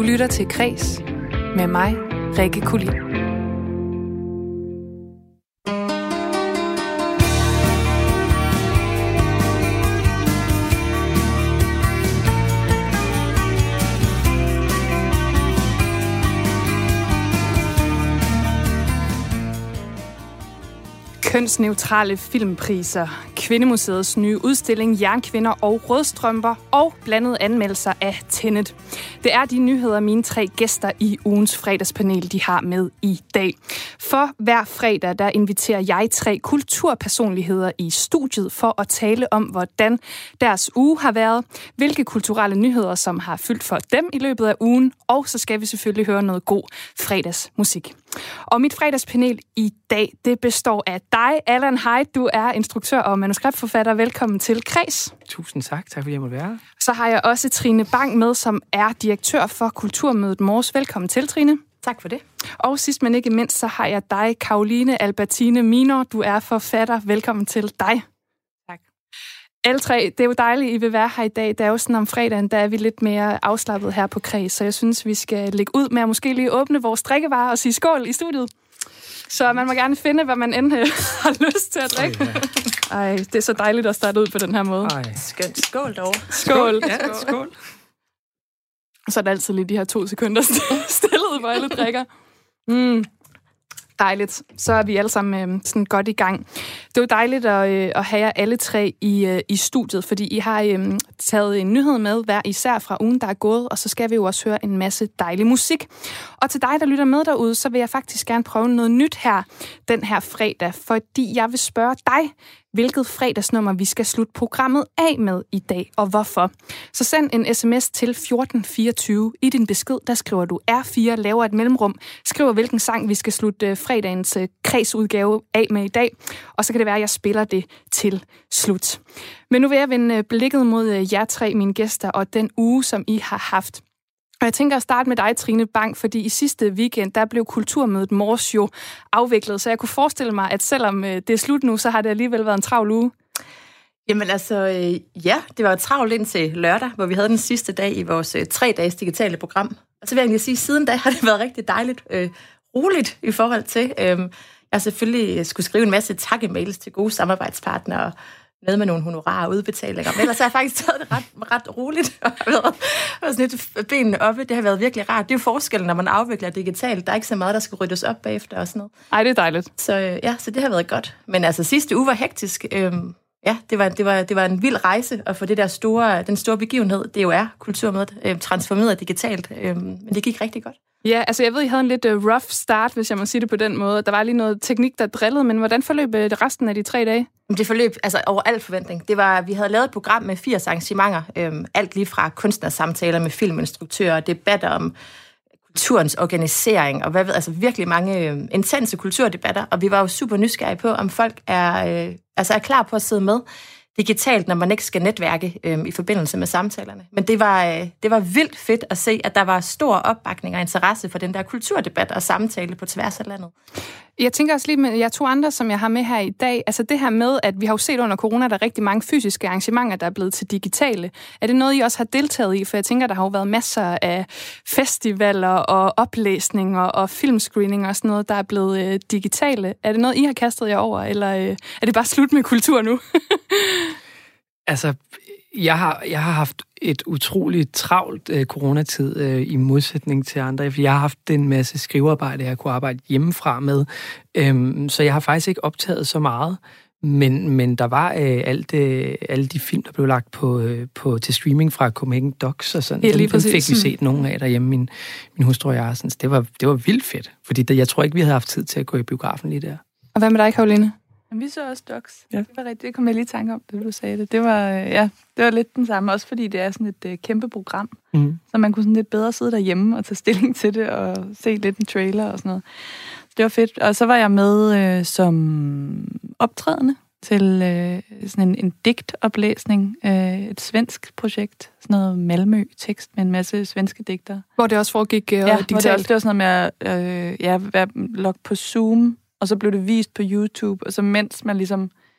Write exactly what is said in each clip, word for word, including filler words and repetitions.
lytter til Kreds med mig, Rikke Kulin. Kønsneutrale filmpriser, Kvindemuseets nye udstilling Jernkvinder og Rødstrømper og blandede anmeldelser af Tenet. Det er de nyheder, mine tre gæster i ugens fredagspanel, de har med i dag. For hver fredag, der inviterer jeg tre kulturpersonligheder i studiet for at tale om, hvordan deres uge har været, hvilke kulturelle nyheder, som har fyldt for dem i løbet af ugen, og så skal vi selvfølgelig høre noget god fredagsmusik. Og mit fredagspanel i dag, det består af dig, Allan Heid. Du er instruktør og manuskriptforfatter. Velkommen til Kreds. Tusind tak. Tak fordi jeg måtte være her. Så har jeg også Trine Bang med, som er direktør for Kulturmødet Mors. Velkommen til, Trine. Tak for det. Og sidst men ikke mindst, så har jeg dig, Caroline Albertine Minor. Du er forfatter. Velkommen til dig. Tak. Alle tre, det er jo dejligt, I vil være her i dag. Det er jo sådan om fredagen, der er vi lidt mere afslappet her på Kreds, så jeg synes, vi skal lægge ud med at måske lige åbne vores drikkevarer og sige skål i studiet. Så man må gerne finde, hvad man end har lyst til at drikke. Ej, det er så dejligt at starte ud på den her måde. Ej. Skønt. Skål dog. Skål. Ja, skål. Og så er der altid lige de her to sekunder stillet, hvor alle drikker. Mm. Dejligt. Så er vi alle sammen øh, sådan godt i gang. Det er jo dejligt at, øh, at have jer alle tre i, øh, i studiet, fordi I har øh, taget en nyhed med hver især fra ugen, der er gået, og så skal vi jo også høre en masse dejlig musik. Og til dig, der lytter med derude, så vil jeg faktisk gerne prøve noget nyt her den her fredag, fordi jeg vil spørge dig, hvilket fredagsnummer vi skal slutte programmet af med i dag, og hvorfor. Så send en sms til fjorten fireogtyve. I din besked, der skriver du R fire, laver et mellemrum, skriver hvilken sang vi skal slutte fredagens kredsudgave af med i dag, og så kan det være, at jeg spiller det til slut. Men nu vil jeg vende blikket mod jer tre, mine gæster, og den uge, som I har haft. Og jeg tænker at starte med dig, Trine Bang, fordi i sidste weekend, der blev Kulturmødet Mors jo afviklet, så jeg kunne forestille mig, at selvom det er slut nu, så har det alligevel været en travl uge. Jamen altså, ja, det var travlt indtil lørdag, hvor vi havde den sidste dag i vores tre dages digitale program. Og så vil jeg egentlig sige, at siden da har det været rigtig dejligt, øh, roligt i forhold til. Øh, jeg har selvfølgelig skulle skrive en masse takke-mails til gode samarbejdspartnere, noget med nogle honorarer og udbetalinger. Men ellers har jeg faktisk taget det ret, ret roligt og har været, været sådan lidt benene oppe. Det har været virkelig rart. Det er jo forskellen, når man afvikler digitalt. Der er ikke så meget, der skal ryddes op bagefter og sådan noget. Ej, det er dejligt. Så ja, så det har været godt. Men altså, sidste uge var hektisk. Øhm, ja, det var, det, var, det var en vild rejse, og for det der store, den store begivenhed, det jo er Kulturmødet, øh, transformeret digitalt. Øh, men det gik rigtig godt. Ja, altså jeg ved, I havde en lidt uh, rough start, hvis jeg må sige det på den måde. Der var lige noget teknik, der drillede, men hvordan forløb det resten af de tre dage? Det forløb altså over al forventning. Det var, vi havde lavet et program med firs arrangementer. Øhm, alt lige fra kunstnersamtaler med filminstruktører, debatter om kulturens organisering, og hvad ved, altså virkelig mange øh, intense kulturdebatter. Og vi var jo super nysgerrige på, om folk er, øh, altså er klar på at sidde med digitalt, når man ikke skal netværke øh, i forbindelse med samtalerne. Men det var, øh, det var vildt fedt at se, at der var stor opbakning og interesse for den der kulturdebat og samtale på tværs af landet. Jeg tænker også lige med jer to andre, som jeg har med her i dag. Altså det her med, at vi har jo set under corona, at der er rigtig mange fysiske arrangementer, der er blevet til digitale. Er det noget, I også har deltaget i? For jeg tænker, der har jo været masser af festivaler og oplæsninger og filmscreeninger og sådan noget, der er blevet øh, digitale. Er det noget, I har kastet jer over, eller øh, er det bare slut med kultur nu? Altså, jeg har, jeg har haft et utroligt travlt øh, coronatid øh, i modsætning til andre, for jeg har haft en masse skrivearbejde, jeg kunne arbejde hjemmefra med, øhm, så jeg har faktisk ikke optaget så meget, men, men der var øh, alt, øh, alle de film, der blev lagt på, øh, på, til streaming fra Copenhagen Docs og sådan, ja, dem, dem fik vi set nogle af derhjemme, min, min hustru og jeg, sådan, det, var, det var vildt fedt, fordi det, jeg tror ikke, vi havde haft tid til at gå i biografen lige der. Og hvad med dig, Caroline? Men vi så også Docs. Ja. Det var rigtigt. Det kom jeg lige i tanke om, det du sagde det. Det var, ja, det var lidt den samme, også fordi det er sådan et uh, kæmpe program, mm. så man kunne sådan lidt bedre sidde derhjemme og tage stilling til det og se lidt en trailer og sådan noget. Så det var fedt. Og så var jeg med øh, som optrædende til øh, sådan en, en digtoplæsning, øh, et svensk projekt, sådan noget Malmø-tekst med en masse svenske digtere. Hvor det også foregik øh, ja, digitalt? Ja, det, også, det var sådan noget med at øh, ja, være logget på Zoom, og så blev det vist på YouTube, og så mens man ligesom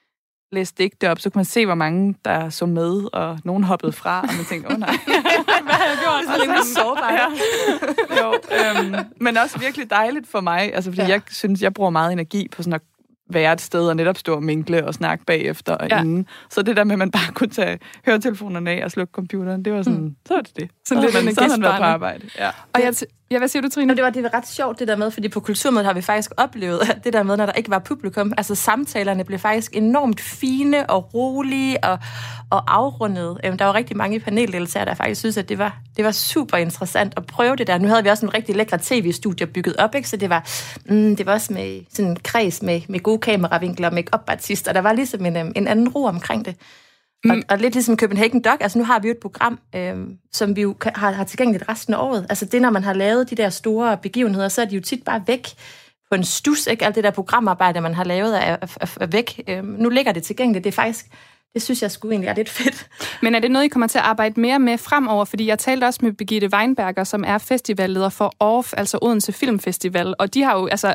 læste digte op, så kunne man se, hvor mange der så med, og nogen hoppede fra, og man tænkte, åh oh, nej, hvad har jeg gjort? Så længe sårbar. Ja. Jo, øhm, men også virkelig dejligt for mig, altså fordi ja. jeg synes, jeg bruger meget energi på sådan at være et sted og netop stå og minkle og snakke bagefter og ja. inden. Så det der med, at man bare kunne tage høretelefonerne af og slukke computeren, det var sådan, mm. så var det det. Sådan lidt man, så har man været på arbejde. Ja. Og jeg, ja, hvad siger du, Trine? Det var, det var ret sjovt, det der med, fordi på Kulturmødet har vi faktisk oplevet, at det der med, når der ikke var publikum, altså samtalerne blev faktisk enormt fine og rolige og, og afrundede. Der var rigtig mange paneldeltagere, der faktisk synes, at det var, det var super interessant at prøve det der. Nu havde vi også en rigtig lækre tv-studie bygget op, ikke? Så det var, mm, det var også med sådan en kreds med, med gode kameravinkler og make-up-artister. Der var ligesom en, en anden ro omkring det. Mm. Og, og lidt ligesom Copenhagen Doc, altså nu har vi jo et program, øh, som vi jo har, har tilgængeligt resten af året. Altså det, når man har lavet de der store begivenheder, så er de jo tit bare væk på en stus, ikke? Alt det der programarbejde, man har lavet, er, er, er væk. Øh, nu ligger det tilgængeligt. Det er faktisk, det synes jeg sgu egentlig er lidt fedt. Men er det noget, I kommer til at arbejde mere med fremover? Fordi jeg talte også med Birgitte Weinberger, som er festivalleder for O R F, altså Odense Filmfestival, og de har jo, altså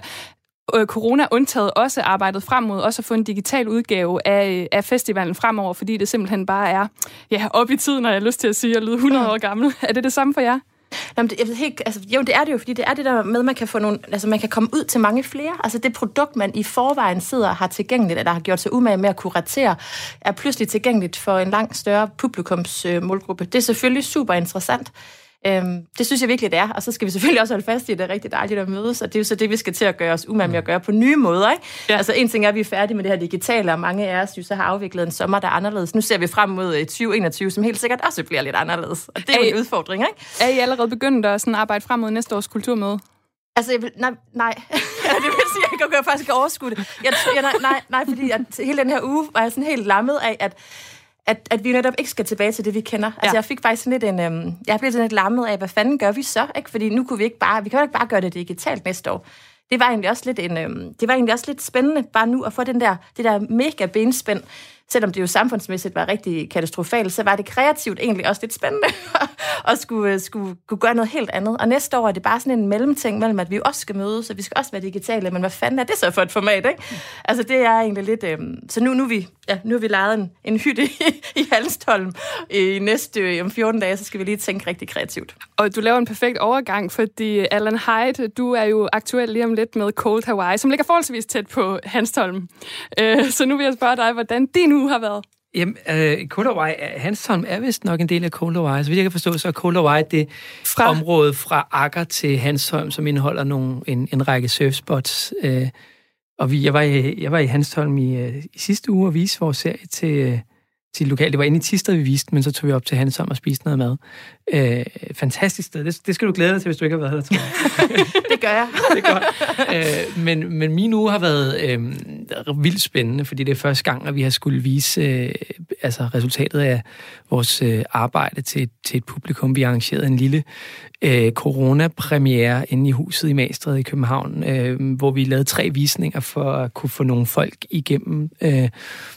corona undtaget også arbejdet frem mod også at få en digital udgave af, af festivalen fremover, fordi det simpelthen bare er ja, op i tiden, når jeg har lyst til at sige, at jeg lyder hundrede år gammel. Er det det samme for jer? Jamen, det, jeg ved helt, altså, jo, det er det jo, fordi det er det der med, at man kan få nogle, altså man kan komme ud til mange flere. Altså det produkt, man i forvejen sidder og har tilgængeligt, eller har gjort sig umage med at kuratere, er pludselig tilgængeligt for en langt større publikumsmålgruppe. Det er selvfølgelig super interessant. Øhm, det synes jeg virkelig, det er. Og så skal vi selvfølgelig også holde fast i, at det er rigtig dejligt at mødes, og det er jo så det, vi skal til at gøre os umage med at gøre på nye måder, ikke? Ja. Altså en ting er, at vi er færdige med det her digitale, og mange af os jo så har afviklet en sommer, der er anderledes. Nu ser vi frem mod tyve enogtyve, som helt sikkert også bliver lidt anderledes. Og det er, er jo en udfordring, ikke? Er I allerede begyndt at sådan arbejde frem mod næste års kulturmøde? Altså, jeg vil, nej, nej. Ja, det vil sige, at jeg kan faktisk ikke overskue det. Jeg, jeg, nej, nej, nej, fordi at hele den her uge var jeg sådan helt lammet af, at At, at vi netop ikke skal tilbage til det, vi kender. Ja. Altså, jeg fik faktisk lidt en... Øhm, jeg blev sådan lidt lammet af, hvad fanden gør vi så? Ikke? Fordi nu kunne vi ikke bare... Vi kan jo ikke bare gøre det digitalt næste år. Det var egentlig også lidt en... Øhm, det var egentlig også lidt spændende bare nu at få den der, det der mega benspænd. Selvom det jo samfundsmæssigt var rigtig katastrofalt, så var det kreativt egentlig også lidt spændende at skulle, skulle, skulle gøre noget helt andet. Og næste år er det bare sådan en mellemting mellem, at vi også skal mødes, så vi skal også være digitale. Men hvad fanden er det så for et format, ikke? Altså, det er egentlig lidt... Øhm, så nu, nu, vi, ja, nu har vi lejet en, en hytte i, i Halmstholm i næste øh, om fjorten dage, så skal vi lige tænke rigtig kreativt. Og du laver en perfekt overgang, fordi Alan Hyde, du er jo aktuel lige om lidt med Cold Hawaii, som ligger forholdsvis tæt på Hanstholm. Øh, så nu vil jeg spørge dig, hvordan din uge har været. Jamen, øh, Cold Hawaii, Hanstholm er vist nok en del af Cold Hawaii. Så vidt jeg kan forstå, så er Cold Hawaii det fra område fra Akker til Hanstholm, som indeholder nogle, en, en række surfspots. Øh, og vi, jeg, var i, jeg var i Hanstholm i, øh, i sidste uge og viste vores serie til, øh, til lokalt. Det var inde i Thisted, vi viste, men så tog vi op til Hanstholm og spiste noget mad. Øh, fantastisk sted. Det, det skal du glæde dig til, hvis du ikke har været der, tror jeg. Det gør jeg. Det er godt. Øh, men, men min uge har været øh, vildt spændende, fordi det er første gang, at vi har skulle vise øh, altså resultatet af vores øh, arbejde til, til et publikum. Vi arrangerede en lille øh, corona-premiere inde i huset i Magstræde i København, øh, hvor vi lavede tre visninger for at kunne få nogle folk igennem. Øh,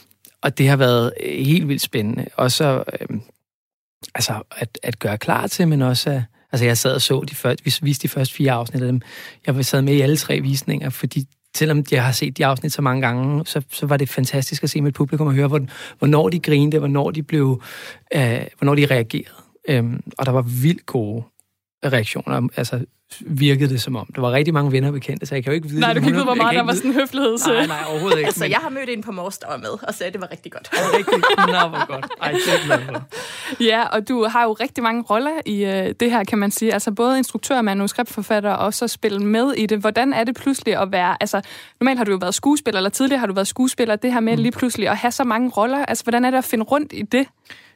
og det har været helt vildt spændende. Og så øh, altså at, at gøre klar til, men også at, altså jeg sad og så de første, vi viste de første fire afsnit af dem. Jeg sad med i alle tre visninger, fordi selvom jeg har set de afsnit så mange gange, så, så var det fantastisk at se med et publikum og høre, hvor, hvornår de grinede, hvornår de blev, øh, hvornår de reagerede. Øhm, og der var vildt gode reaktioner. Altså virkede det som om. Der var rigtig mange venner bekendte, så jeg kan jo ikke vide... Nej, du kan ikke vide, hvor meget der var sådan en høflighed. Nej, nej, overhovedet ikke. Altså, jeg har mødt en på Mors, der var med, og sagde, at det var rigtig godt. Det var rigtig, nå, hvor godt. Ej, det er glad for. Ja, og du har jo rigtig mange roller i øh, det her, kan man sige. Altså både instruktør, manuskriptforfatter, og så spille med i det. Hvordan er det pludselig at være... Altså, normalt har du jo været skuespiller, eller tidligere har du været skuespiller. Det her med mm. lige pludselig at have så mange roller. Altså, hvordan er det at finde rundt i det?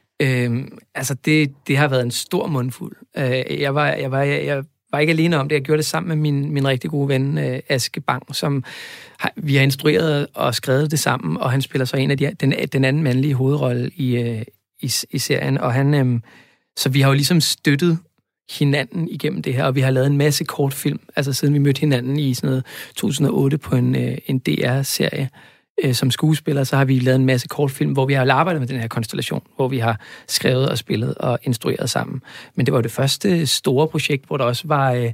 Øhm, altså, det, det har været en stor mundfuld. Øh, jeg var... Jeg var jeg, jeg var ikke alene om det. Jeg gjorde det sammen med min, min rigtig gode ven, øh, Aske Bang, som har, vi har instrueret og skrevet det sammen, og han spiller så en af de, den, den anden mandlige hovedrolle i, øh, i, i serien. Og han, øh, så vi har jo ligesom støttet hinanden igennem det her, og vi har lavet en masse kortfilm, altså siden vi mødte hinanden i sådan noget to tusind og otte på en, øh, en D R-serie. Som skuespiller, så har vi lavet en masse kortfilm, hvor vi har arbejdet med den her konstellation, hvor vi har skrevet og spillet og instrueret sammen. Men det var det første store projekt, hvor der også var øh,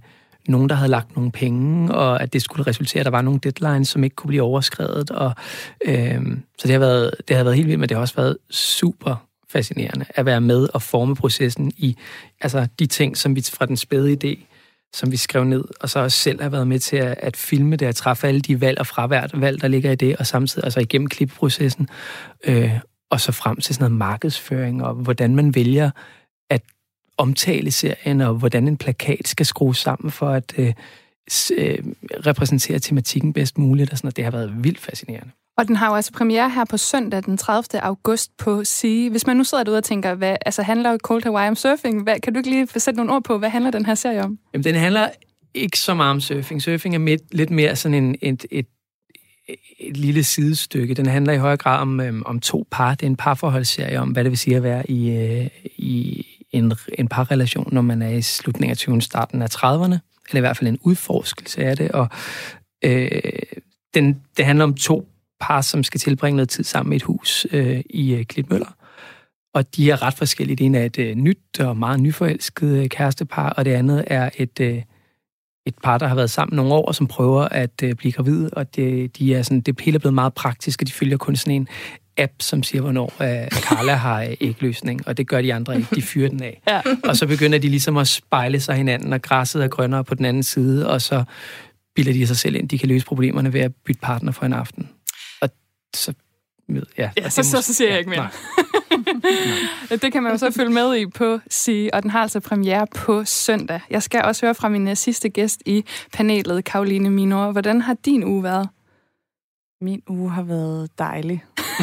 nogen, der havde lagt nogle penge, og at det skulle resultere, at der var nogle deadlines, som ikke kunne blive overskredet. Og, øh, så det har, været, det har været helt vildt, men det har også været super fascinerende at være med og forme processen i altså de ting, som vi fra den spæde idé, som vi skrev ned, og så også selv har været med til at, at filme det, at træffe alle de valg og fravært valg, der ligger i det, og samtidig altså igennem klipprocessen, øh, og så frem til sådan noget markedsføring, og hvordan man vælger at omtale serien, og hvordan en plakat skal skrues sammen for at øh, øh, repræsentere tematikken bedst muligt, og sådan noget. Det har været vildt fascinerende. Og den har jo altså premiere her på søndag den tredivte august på Sige. Hvis man nu sidder derude og tænker, hvad altså handler Cold Hawaii om surfing? Hvad, kan du ikke lige sætte nogle ord på, hvad handler den her serie om? Jamen, den handler ikke så meget om surfing. Surfing er med, lidt mere sådan en, et, et, et lille sidestykke. Den handler i højere grad om, øhm, om to par. Det er en parforholdsserie om, hvad det vil sige at være i, øh, i en, en parrelation, når man er i slutningen af tyverne, starten af trediverne. Eller i hvert fald en udforskelse af det. Og øh, den, det handler om to par, som skal tilbringe noget tid sammen i et hus øh, i øh, Klitmøller. Og de er ret forskellige. Det ene er et øh, nyt og meget nyforelsket øh, kærestepar, og det andet er et, øh, et par, der har været sammen nogle år, som prøver at øh, blive gravide, og det, de er sådan, det hele er blevet meget praktisk, og de følger kun sådan en app, som siger, hvornår øh, Carla har øh, ægløsning, og det gør de andre ikke. De fyrer den af. Ja. Og så begynder de ligesom at spejle sig hinanden, og græsset er grønnere på den anden side, og så bilder de sig selv ind. De kan løse problemerne ved at bytte partner for en aften. Og så... Ja, ja så, så, så siger jeg ikke mere. Det kan man jo så følge med i på Sige, og den har altså premiere på søndag. Jeg skal også høre fra min sidste gæst i panelet, Caroline Minor. Hvordan har din uge været? Min uge har været dejlig.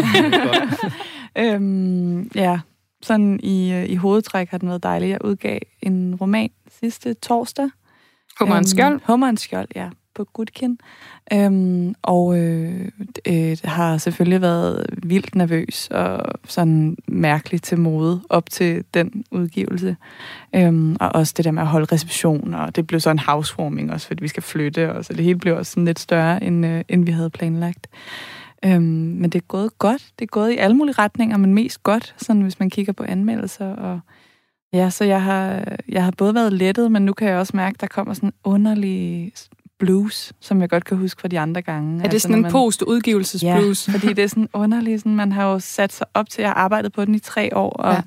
øhm, ja, sådan i, i hovedtræk har den været dejlig. Jeg udgav en roman sidste torsdag. Hummerens skjold? Øhm, Hummerens skjold, ja. På Gudkin. Øhm, og øh, øh, har selvfølgelig været vildt nervøs og sådan mærkeligt til mode op til den udgivelse. Øhm, og også det der med at holde reception, og det blev så en housewarming også, fordi vi skal flytte, og så det hele blev også sådan lidt større, end, øh, end vi havde planlagt. Øhm, men det er gået godt. Det er gået i alle mulige retninger, men mest godt, sådan hvis man kigger på anmeldelser. Og ja, så jeg har, jeg har både været lettet, men nu kan jeg også mærke, at der kommer sådan en underlig blues, som jeg godt kan huske fra de andre gange. Er det altså, sådan en man... post-udgivelsesblues? Ja, fordi det er sådan underligt, sådan, man har jo sat sig op til, jeg har arbejdet på den i tre år, og ja,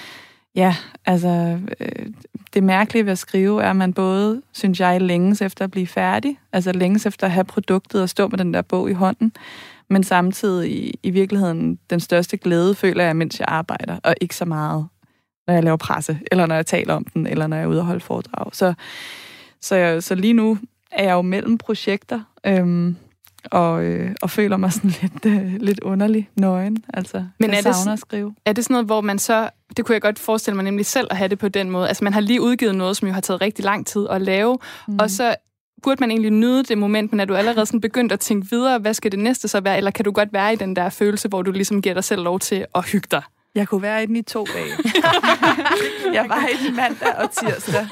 ja altså, øh, det mærkelige ved at skrive er, at man både, synes jeg, længes efter at blive færdig, altså længes efter at have produktet og stå med den der bog i hånden, men samtidig i, i virkeligheden den største glæde føler jeg, mens jeg arbejder, og ikke så meget, når jeg laver presse, eller når jeg taler om den, eller når jeg er ude og holde foredrag. Så, så, så lige nu er jeg jo mellem projekter, øhm, og, øh, og føler mig sådan lidt, øh, lidt underlig nøgen. Altså, men jeg er savner det, at skrive. Er det sådan noget, hvor man så... Det kunne jeg godt forestille mig nemlig selv at have det på den måde. Altså, man har lige udgivet noget, som jo har taget rigtig lang tid at lave, mm. og så burde man egentlig nyde det moment, men er du allerede sådan begyndt at tænke videre, hvad skal det næste så være? Eller kan du godt være i den der følelse, hvor du ligesom giver dig selv lov til at hygge dig? Jeg kunne være i den i to dage. Jeg var i den mandag og tirsdag.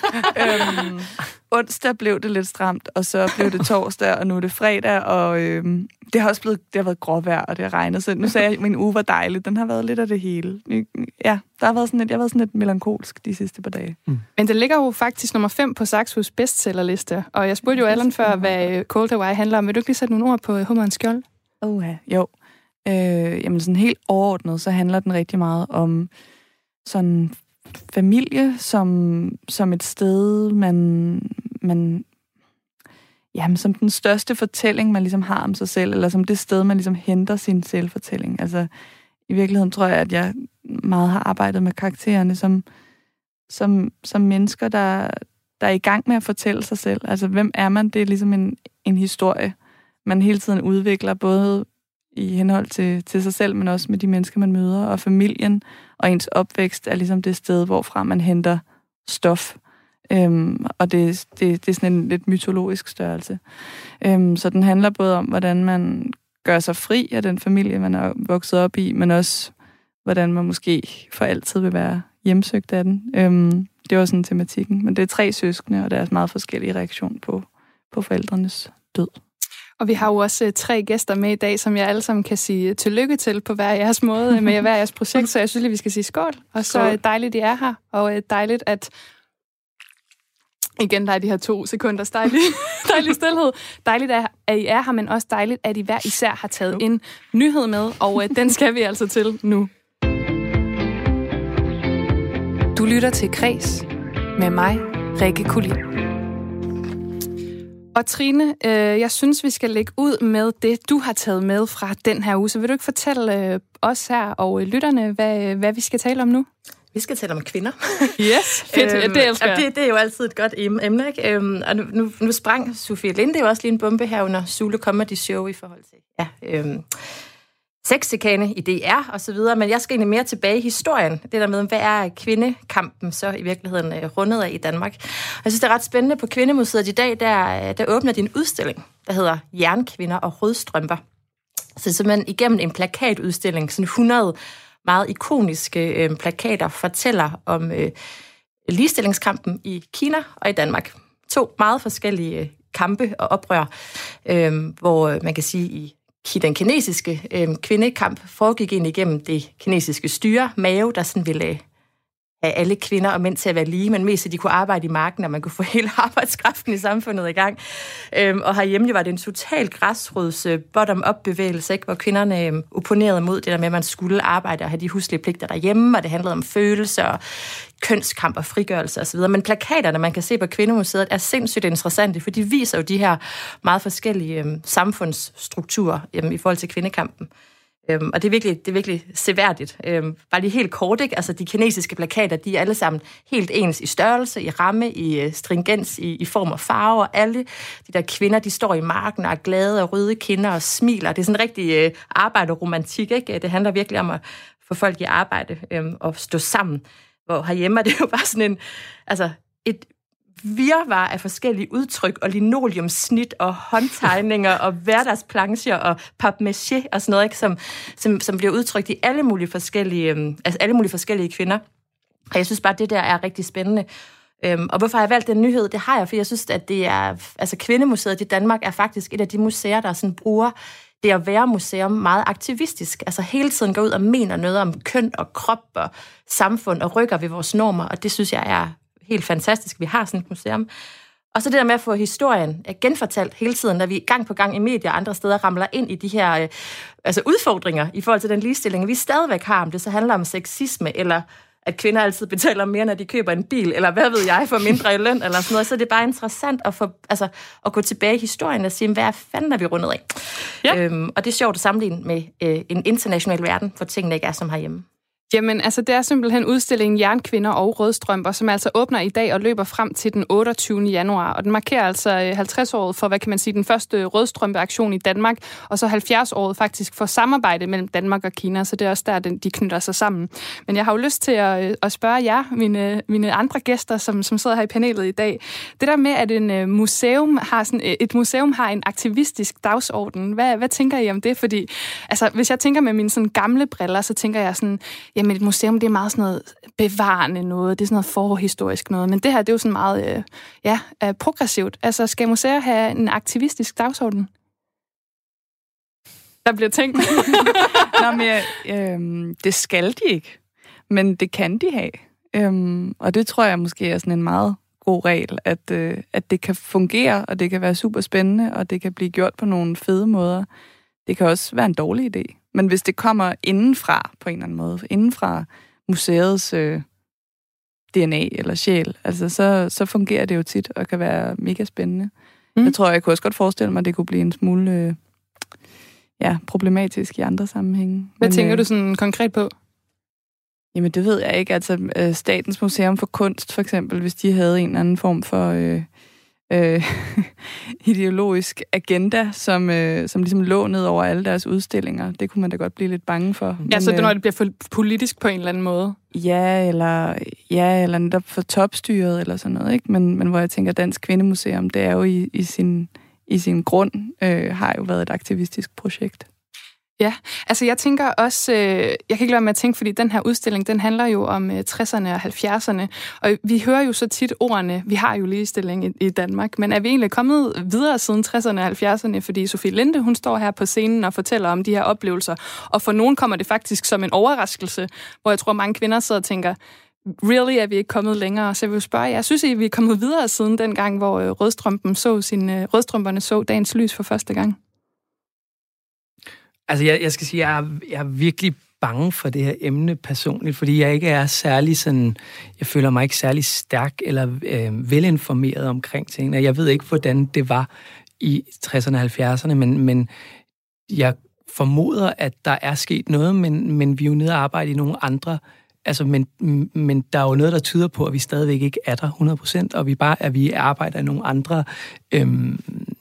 øhm, onsdag blev det lidt stramt, og så blev det torsdag, og nu er det fredag, og øhm, det har også blevet, det har været gråvejr, og det har regnet. Så nu sagde jeg, at min uge var dejlig. Den har været lidt af det hele. Ja, der har været sådan lidt, jeg har været sådan lidt melankolsk de sidste par dage. Mm. Men det ligger jo faktisk nummer fem på Saxos bestsellerliste, og jeg spurgte jo Allan før, hvad Cold Hawaii handler om. Vil du ikke lige sætte nogle ord på Hummerens skjold? Åh, ja, jo. Øh, jamen sådan helt overordnet, så handler den rigtig meget om sådan familie som, som et sted, man, man jamen, som den største fortælling, man ligesom har om sig selv, eller som det sted, man ligesom henter sin selvfortælling. Altså, i virkeligheden tror jeg, at jeg meget har arbejdet med karaktererne som, som, som mennesker, der, der er i gang med at fortælle sig selv. Altså, hvem er man? Det er ligesom en, en historie, man hele tiden udvikler, både i henhold til, til sig selv, men også med de mennesker, man møder, og familien og ens opvækst er ligesom det sted, hvorfra man henter stof. Øhm, og det, det, det er sådan en lidt mytologisk størrelse. Øhm, så den handler både om, hvordan man gør sig fri af den familie, man er vokset op i, men også, hvordan man måske for altid vil være hjemsøgt af den. Øhm, det var sådan tematikken. Men det er tre søskende, og der er meget forskellige reaktioner på, på forældrenes død. Og vi har jo også uh, tre gæster med i dag, som jeg alle sammen kan sige tillykke til på hver jeres måde med hver jeres projekt, så jeg synes lige, vi skal sige skål. Og så uh, dejligt, I er her, og uh, dejligt, at Igen, der er de her to sekunders dejlige, dejlige stillhed. Dejligt, at I er her, men også dejligt, at I hver især har taget en nyhed med, og den skal vi altså til nu. Du lytter til Kres med mig, Rikke Kulin. Og Trine, øh, jeg synes, vi skal lægge ud med det, du har taget med fra den her uge. Så vil du ikke fortælle øh, os her og lytterne, hvad, hvad vi skal tale om nu? Vi skal tale om kvinder. Yes, fedt. øhm, det elsker jeg. Det, det er jo altid et godt emne, ikke? Øhm, og nu, nu sprang Sofie Linde jo også lige en bombe her under Zulu Comedy Show i forhold til ja, øhm, sexchikane i D R og så videre. Men jeg skal egentlig mere tilbage i historien. Det der med, hvad er kvindekampen så i virkeligheden øh, rundet af i Danmark. Og jeg synes, det er ret spændende. På Kvindemuseet i dag, der, der åbner de en udstilling, der hedder Jernkvinder og rødstrømper. Så det er simpelthen igennem en plakatudstilling, sådan hundrede meget ikoniske øh, plakater fortæller om øh, ligestillingskampen i Kina og i Danmark. To meget forskellige øh, kampe og oprør, øh, hvor man kan sige, i den kinesiske øh, kvindekamp foregik ind igennem det kinesiske styre, Mao, der sådan ville øh, have alle kvinder og mænd til at være lige, men mest at de kunne arbejde i marken, og man kunne få hele arbejdskraften i samfundet i gang. Øhm, og herhjemme var det en total græsrods øh, bottom-up-bevægelse, ikke? Hvor kvinderne øh, opponerede mod det der med, at man skulle arbejde og have de huslige pligter derhjemme, og det handlede om følelser og kønskamp og frigørelse osv. Men plakaterne, man kan se på Kvindemuseet, er sindssygt interessante, for de viser jo de her meget forskellige øh, samfundsstrukturer øh, i forhold til kvindekampen. Øhm, og det er virkelig, det er virkelig seværdigt. Øhm, bare lige helt kort, ikke? Altså, de kinesiske plakater, de er alle sammen helt ens i størrelse, i ramme, i stringens, i, i form og farve, og alle de der kvinder, de står i marken og er glade og røde kinder og smiler. Det er sådan en rigtig øh, arbejderomantik, ikke? Det handler virkelig om at få folk i arbejde øhm, og stå sammen. Hvor herhjemme er det jo bare sådan en, altså et virvar af forskellige udtryk og linoleumsnit og håndtegninger og hverdagsplancher og papmaché og sådan noget, ikke? Som, som, som bliver udtrykt i alle mulige forskellige, øhm, altså alle mulige forskellige kvinder. Og jeg synes bare, at det der er rigtig spændende. Øhm, og hvorfor har jeg valgt den nyhed? Det har jeg, for jeg synes, at det er, altså Kvindemuseet i Danmark er faktisk et af de museer, der sådan bruger det at være museum meget aktivistisk. Altså hele tiden går ud og mener noget om køn og krop og samfund og rykker ved vores normer, og det synes jeg er helt fantastisk, vi har sådan et museum. Og så det der med at få historien genfortalt hele tiden, når vi gang på gang i medier og andre steder ramler ind i de her øh, altså udfordringer i forhold til den ligestilling, vi stadigvæk har, om det så handler om sexisme, eller at kvinder altid betaler mere, når de køber en bil, eller hvad ved jeg, for mindre i løn, eller sådan noget. Så det er bare interessant at, få, altså, at gå tilbage i historien og sige, hvad fanden er vi rundet af? Ja. Øhm, og det er sjovt at sammenligne med øh, en international verden, hvor tingene ikke er som herhjemme. Jamen, altså det er simpelthen udstillingen Jernkvinder og rødstrømper, som altså åbner i dag og løber frem til den otteogtyvende januar. Og den markerer altså halvtreds-året for, hvad kan man sige, den første rødstrømpeaktion i Danmark, og så halvfjerds-året faktisk for samarbejde mellem Danmark og Kina, så det er også der, de knytter sig sammen. Men jeg har jo lyst til at, at spørge jer, mine, mine andre gæster, som, som sidder her i panelet i dag. Det der med, at en museum har sådan, et museum har en aktivistisk dagsorden, hvad, hvad tænker I om det? Fordi altså, hvis jeg tænker med mine sådan gamle briller, så tænker jeg sådan, jamen et museum, det er meget sådan noget bevarende noget, det er sådan noget forhistorisk noget, men det her, det er jo sådan meget, øh, ja, øh, progressivt. Altså, skal museer have en aktivistisk dagsorden? Der bliver tænkt. Nå, men øh, det skal de ikke, men det kan de have. Øhm, og det tror jeg måske er sådan en meget god regel, at, øh, at det kan fungere, og det kan være super spændende, og det kan blive gjort på nogle fede måder. Det kan også være en dårlig idé. Men hvis det kommer indenfra, på en eller anden måde, indenfra museets øh, D N A eller sjæl, altså, så, så fungerer det jo tit, og kan være mega spændende. Mm. Jeg tror, jeg kunne også godt forestille mig, at det kunne blive en smule øh, ja, problematisk i andre sammenhænge. Hvad Men, tænker øh, du sådan konkret på? Jamen, det ved jeg ikke. Altså, øh, Statens Museum for Kunst, for eksempel, hvis de havde en eller anden form for øh, øh, ideologisk agenda, som, øh, som ligesom lå ned over alle deres udstillinger, det kunne man da godt blive lidt bange for. Ja, Men, så det øh, når det bliver for politisk på en eller anden måde? Ja, eller, ja, eller netop for topstyret, eller sådan noget, ikke? Men, men hvor jeg tænker, Dansk Kvindemuseum, det er jo i, i, sin, i sin grund, øh, har jo været et aktivistisk projekt. Ja, altså jeg tænker også, øh, jeg kan ikke lade med at tænke, fordi den her udstilling, den handler jo om øh, tresserne og halvfjerdserne, og vi hører jo så tit ordene, vi har jo ligestilling i, i Danmark, men er vi egentlig kommet videre siden tresserne og halvfjerdserne, fordi Sofie Linde, hun står her på scenen og fortæller om de her oplevelser, og for nogen kommer det faktisk som en overraskelse, hvor jeg tror, mange kvinder sidder og tænker, really er vi ikke kommet længere. Så jeg vil spørge jer, synes I, vi er kommet videre siden den gang, hvor øh, rødstrømpen så sin, øh, rødstrømperne så dagens lys for første gang? Altså, jeg, jeg skal sige, jeg er, jeg er virkelig bange for det her emne personligt, fordi jeg ikke er særlig sådan, jeg føler mig ikke særlig stærk eller øh, velinformeret omkring tingene. Jeg ved ikke, hvordan det var i tresserne og halvfjerdserne, men, men jeg formoder, at der er sket noget, men, men vi er jo nede og arbejde i nogle andre, altså, men, men der er jo noget, der tyder på, at vi stadigvæk ikke er der hundrede procent, og vi bare, at vi arbejder i nogle andre, øhm,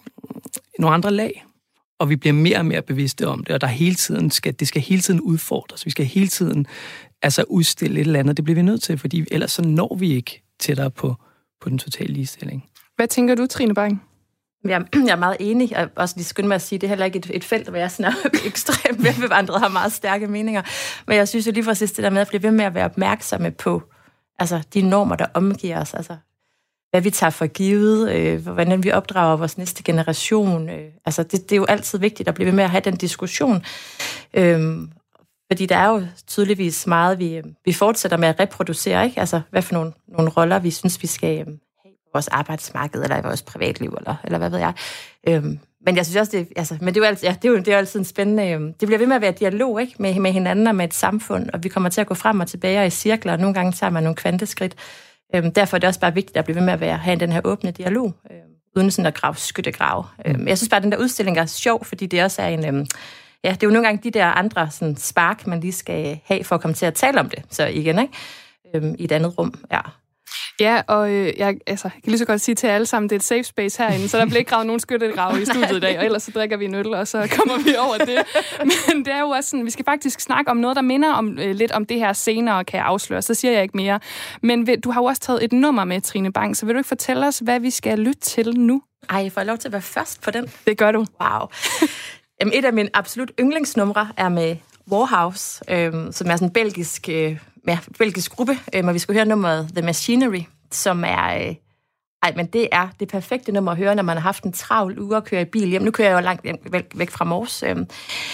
nogle andre lag, og vi bliver mere og mere bevidste om det, og der hele tiden skal, det skal hele tiden udfordres, vi skal hele tiden altså udstille et eller andet, det bliver vi nødt til, fordi ellers så når vi ikke tættere på, på den totale ligestilling. Hvad tænker du, Trine Bang? Jeg, jeg er meget enig, og også lige skynder mig at sige, det er heller ikke et, et felt, hvor jeg sådan er ekstremt velbevandret har meget stærke meninger. Men jeg synes jo lige præcis det der med at blive ved med at være opmærksomme på altså, de normer, der omgiver os. Altså, hvad vi tager for givet, øh, hvordan vi opdrager vores næste generation. Øh, altså, det, det er jo altid vigtigt at blive ved med at have den diskussion. Øh, fordi der er jo tydeligvis meget, vi, vi fortsætter med at reproducere, ikke? Altså, hvad for nogle, nogle roller, vi synes, vi skal vores arbejdsmarked, eller i vores privatliv, eller, eller hvad ved jeg. Øhm, men jeg synes også, det, altså, men det er jo altid, ja, det er jo, det er jo altid en spændende, øhm, det bliver ved med at være dialog, ikke? Med, med hinanden og med et samfund, og vi kommer til at gå frem og tilbage i cirkler, og nogle gange tager man nogle kvanteskridt. Øhm, derfor er det også bare vigtigt at blive ved med at være, have den her åbne dialog, øhm, uden sådan at grave skyttegrav. Øhm, jeg synes bare, at den der udstilling er sjov, fordi det også er en, øhm, ja, det er jo nogle gange de der andre sådan, spark, man lige skal have for at komme til at tale om det, så igen, ikke? Øhm, i et andet rum, ja. Ja, og øh, jeg, altså, jeg kan lige så godt sige til jer alle sammen, det er et safe space herinde, så der bliver ikke gravet nogen skyttegrave i studiet i dag, og ellers så drikker vi en øl, og så kommer vi over det. Men det er jo også sådan, vi skal faktisk snakke om noget, der minder om, øh, lidt om det her senere, kan jeg afsløre, så siger jeg ikke mere. Men ved, du har jo også taget et nummer med, Trine Bang, så vil du ikke fortælle os, hvad vi skal lytte til nu? Ej, får jeg lov til at være først på den? Det gør du. Wow. Jamen, et af mine absolut yndlingsnumre er med Warhouse, øh, som er sådan en belgisk... Øh, Ja, belgisk gruppe, øh, og vi skulle høre nummeret The Machinery, som er... Øh, ej, men det er det perfekte nummer at høre, når man har haft en travl uge at køre i bil hjem. Nu kører jeg jo langt hjem, væk, væk fra Mors. Øh.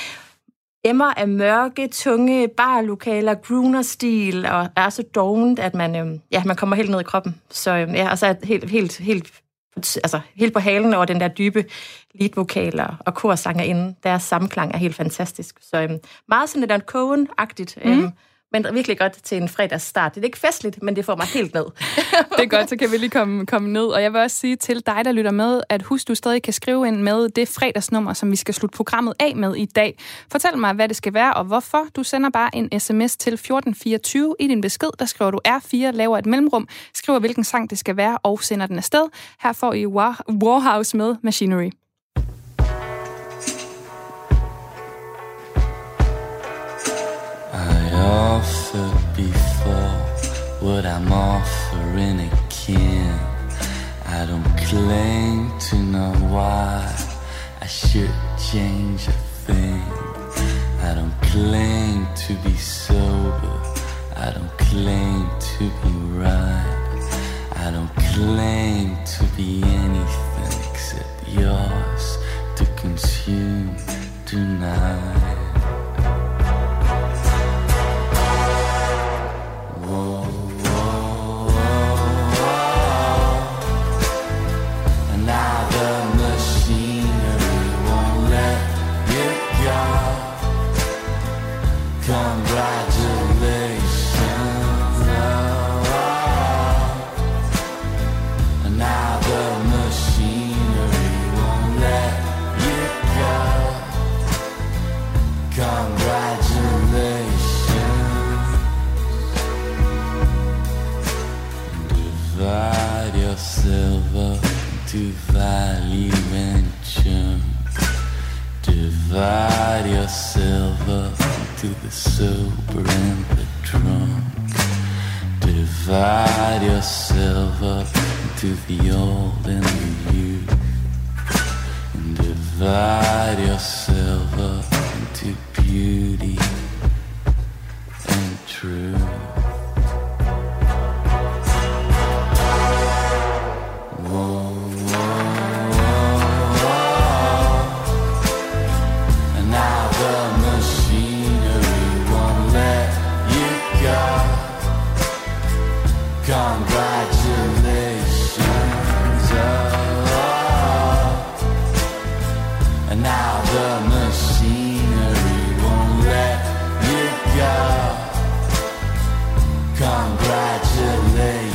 Emmer af mørke, tunge barlokaler, crooner-stil, og er så dovent, at man, øh, ja, man kommer helt ned i kroppen. Så øh, ja, og så er helt, helt, helt, altså, helt på halen over den der dybe leadvokaler og korsanger inden. Deres samklang er helt fantastisk. Så øh, meget sådan lidt Cohen-agtigt. Øh, mm. Men virkelig godt til en fredagsstart. Det er ikke festligt, men det får mig helt ned. Det er godt, så kan vi lige komme, komme ned. Og jeg vil også sige til dig, der lytter med, at husk, du stadig kan skrive ind med det fredagsnummer, som vi skal slutte programmet af med i dag. Fortæl mig, hvad det skal være, og hvorfor. Du sender bare en sms til fjorten fireogtyve i din besked. Der skriver du R fire, laver et mellemrum, skriver, hvilken sang det skal være, og sender den afsted. Her får I War- Warhouse med Machinery. Offered before what I'm offering again. I don't claim to know why I should change a thing. I don't claim to be sober. I don't claim to be right. I don't claim to be anything except yours to consume tonight. Value and junk. Divide your silver into the sober and the drunk. Divide your silver into the old and the youth. And divide your silver into beauty and truth. congratulations. Oh, and now the machinery won't let you go. Congratulations.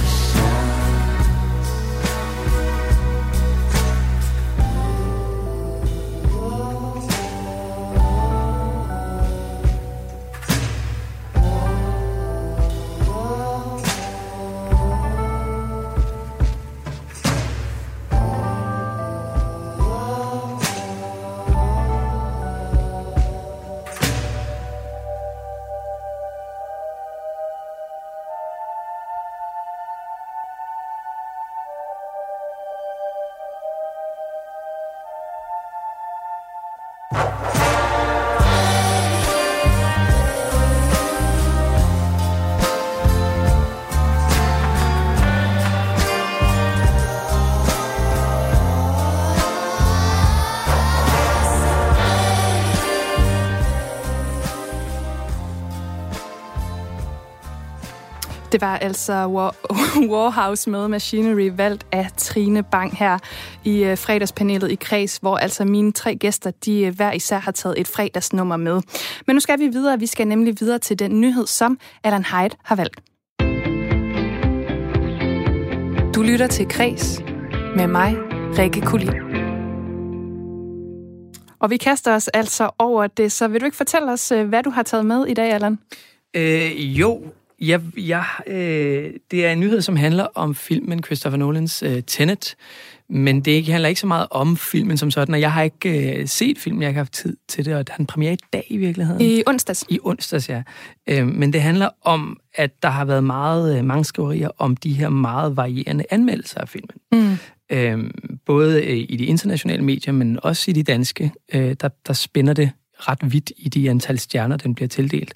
Det var altså War, Warhouse med Machinery, valgt af Trine Bang her i uh, fredagspanelet i Kreds, hvor altså mine tre gæster, de uh, hver især har taget et fredagsnummer med. Men nu skal vi videre. Vi skal nemlig videre til den nyhed, som Alan Hyde har valgt. Du lytter til Kreds med mig, Rikke Kulin. Og vi kaster os altså over det, så vil du ikke fortælle os, hvad du har taget med i dag, Allan? Øh, jo, jeg, jeg, øh, det er en nyhed, som handler om filmen Christopher Nolans øh, Tenet, men det handler ikke så meget om filmen som sådan, og jeg har ikke øh, set filmen, jeg har ikke haft tid til det, og der er en premiere i dag i virkeligheden. I onsdags. I onsdags, ja. Øh, men det handler om, at der har været meget, øh, mange skriverier om de her meget varierende anmeldelser af filmen. Mm. Øh, både øh, i de internationale medier, men også i de danske, øh, der, der spænder det ret vidt i de antal stjerner, den bliver tildelt.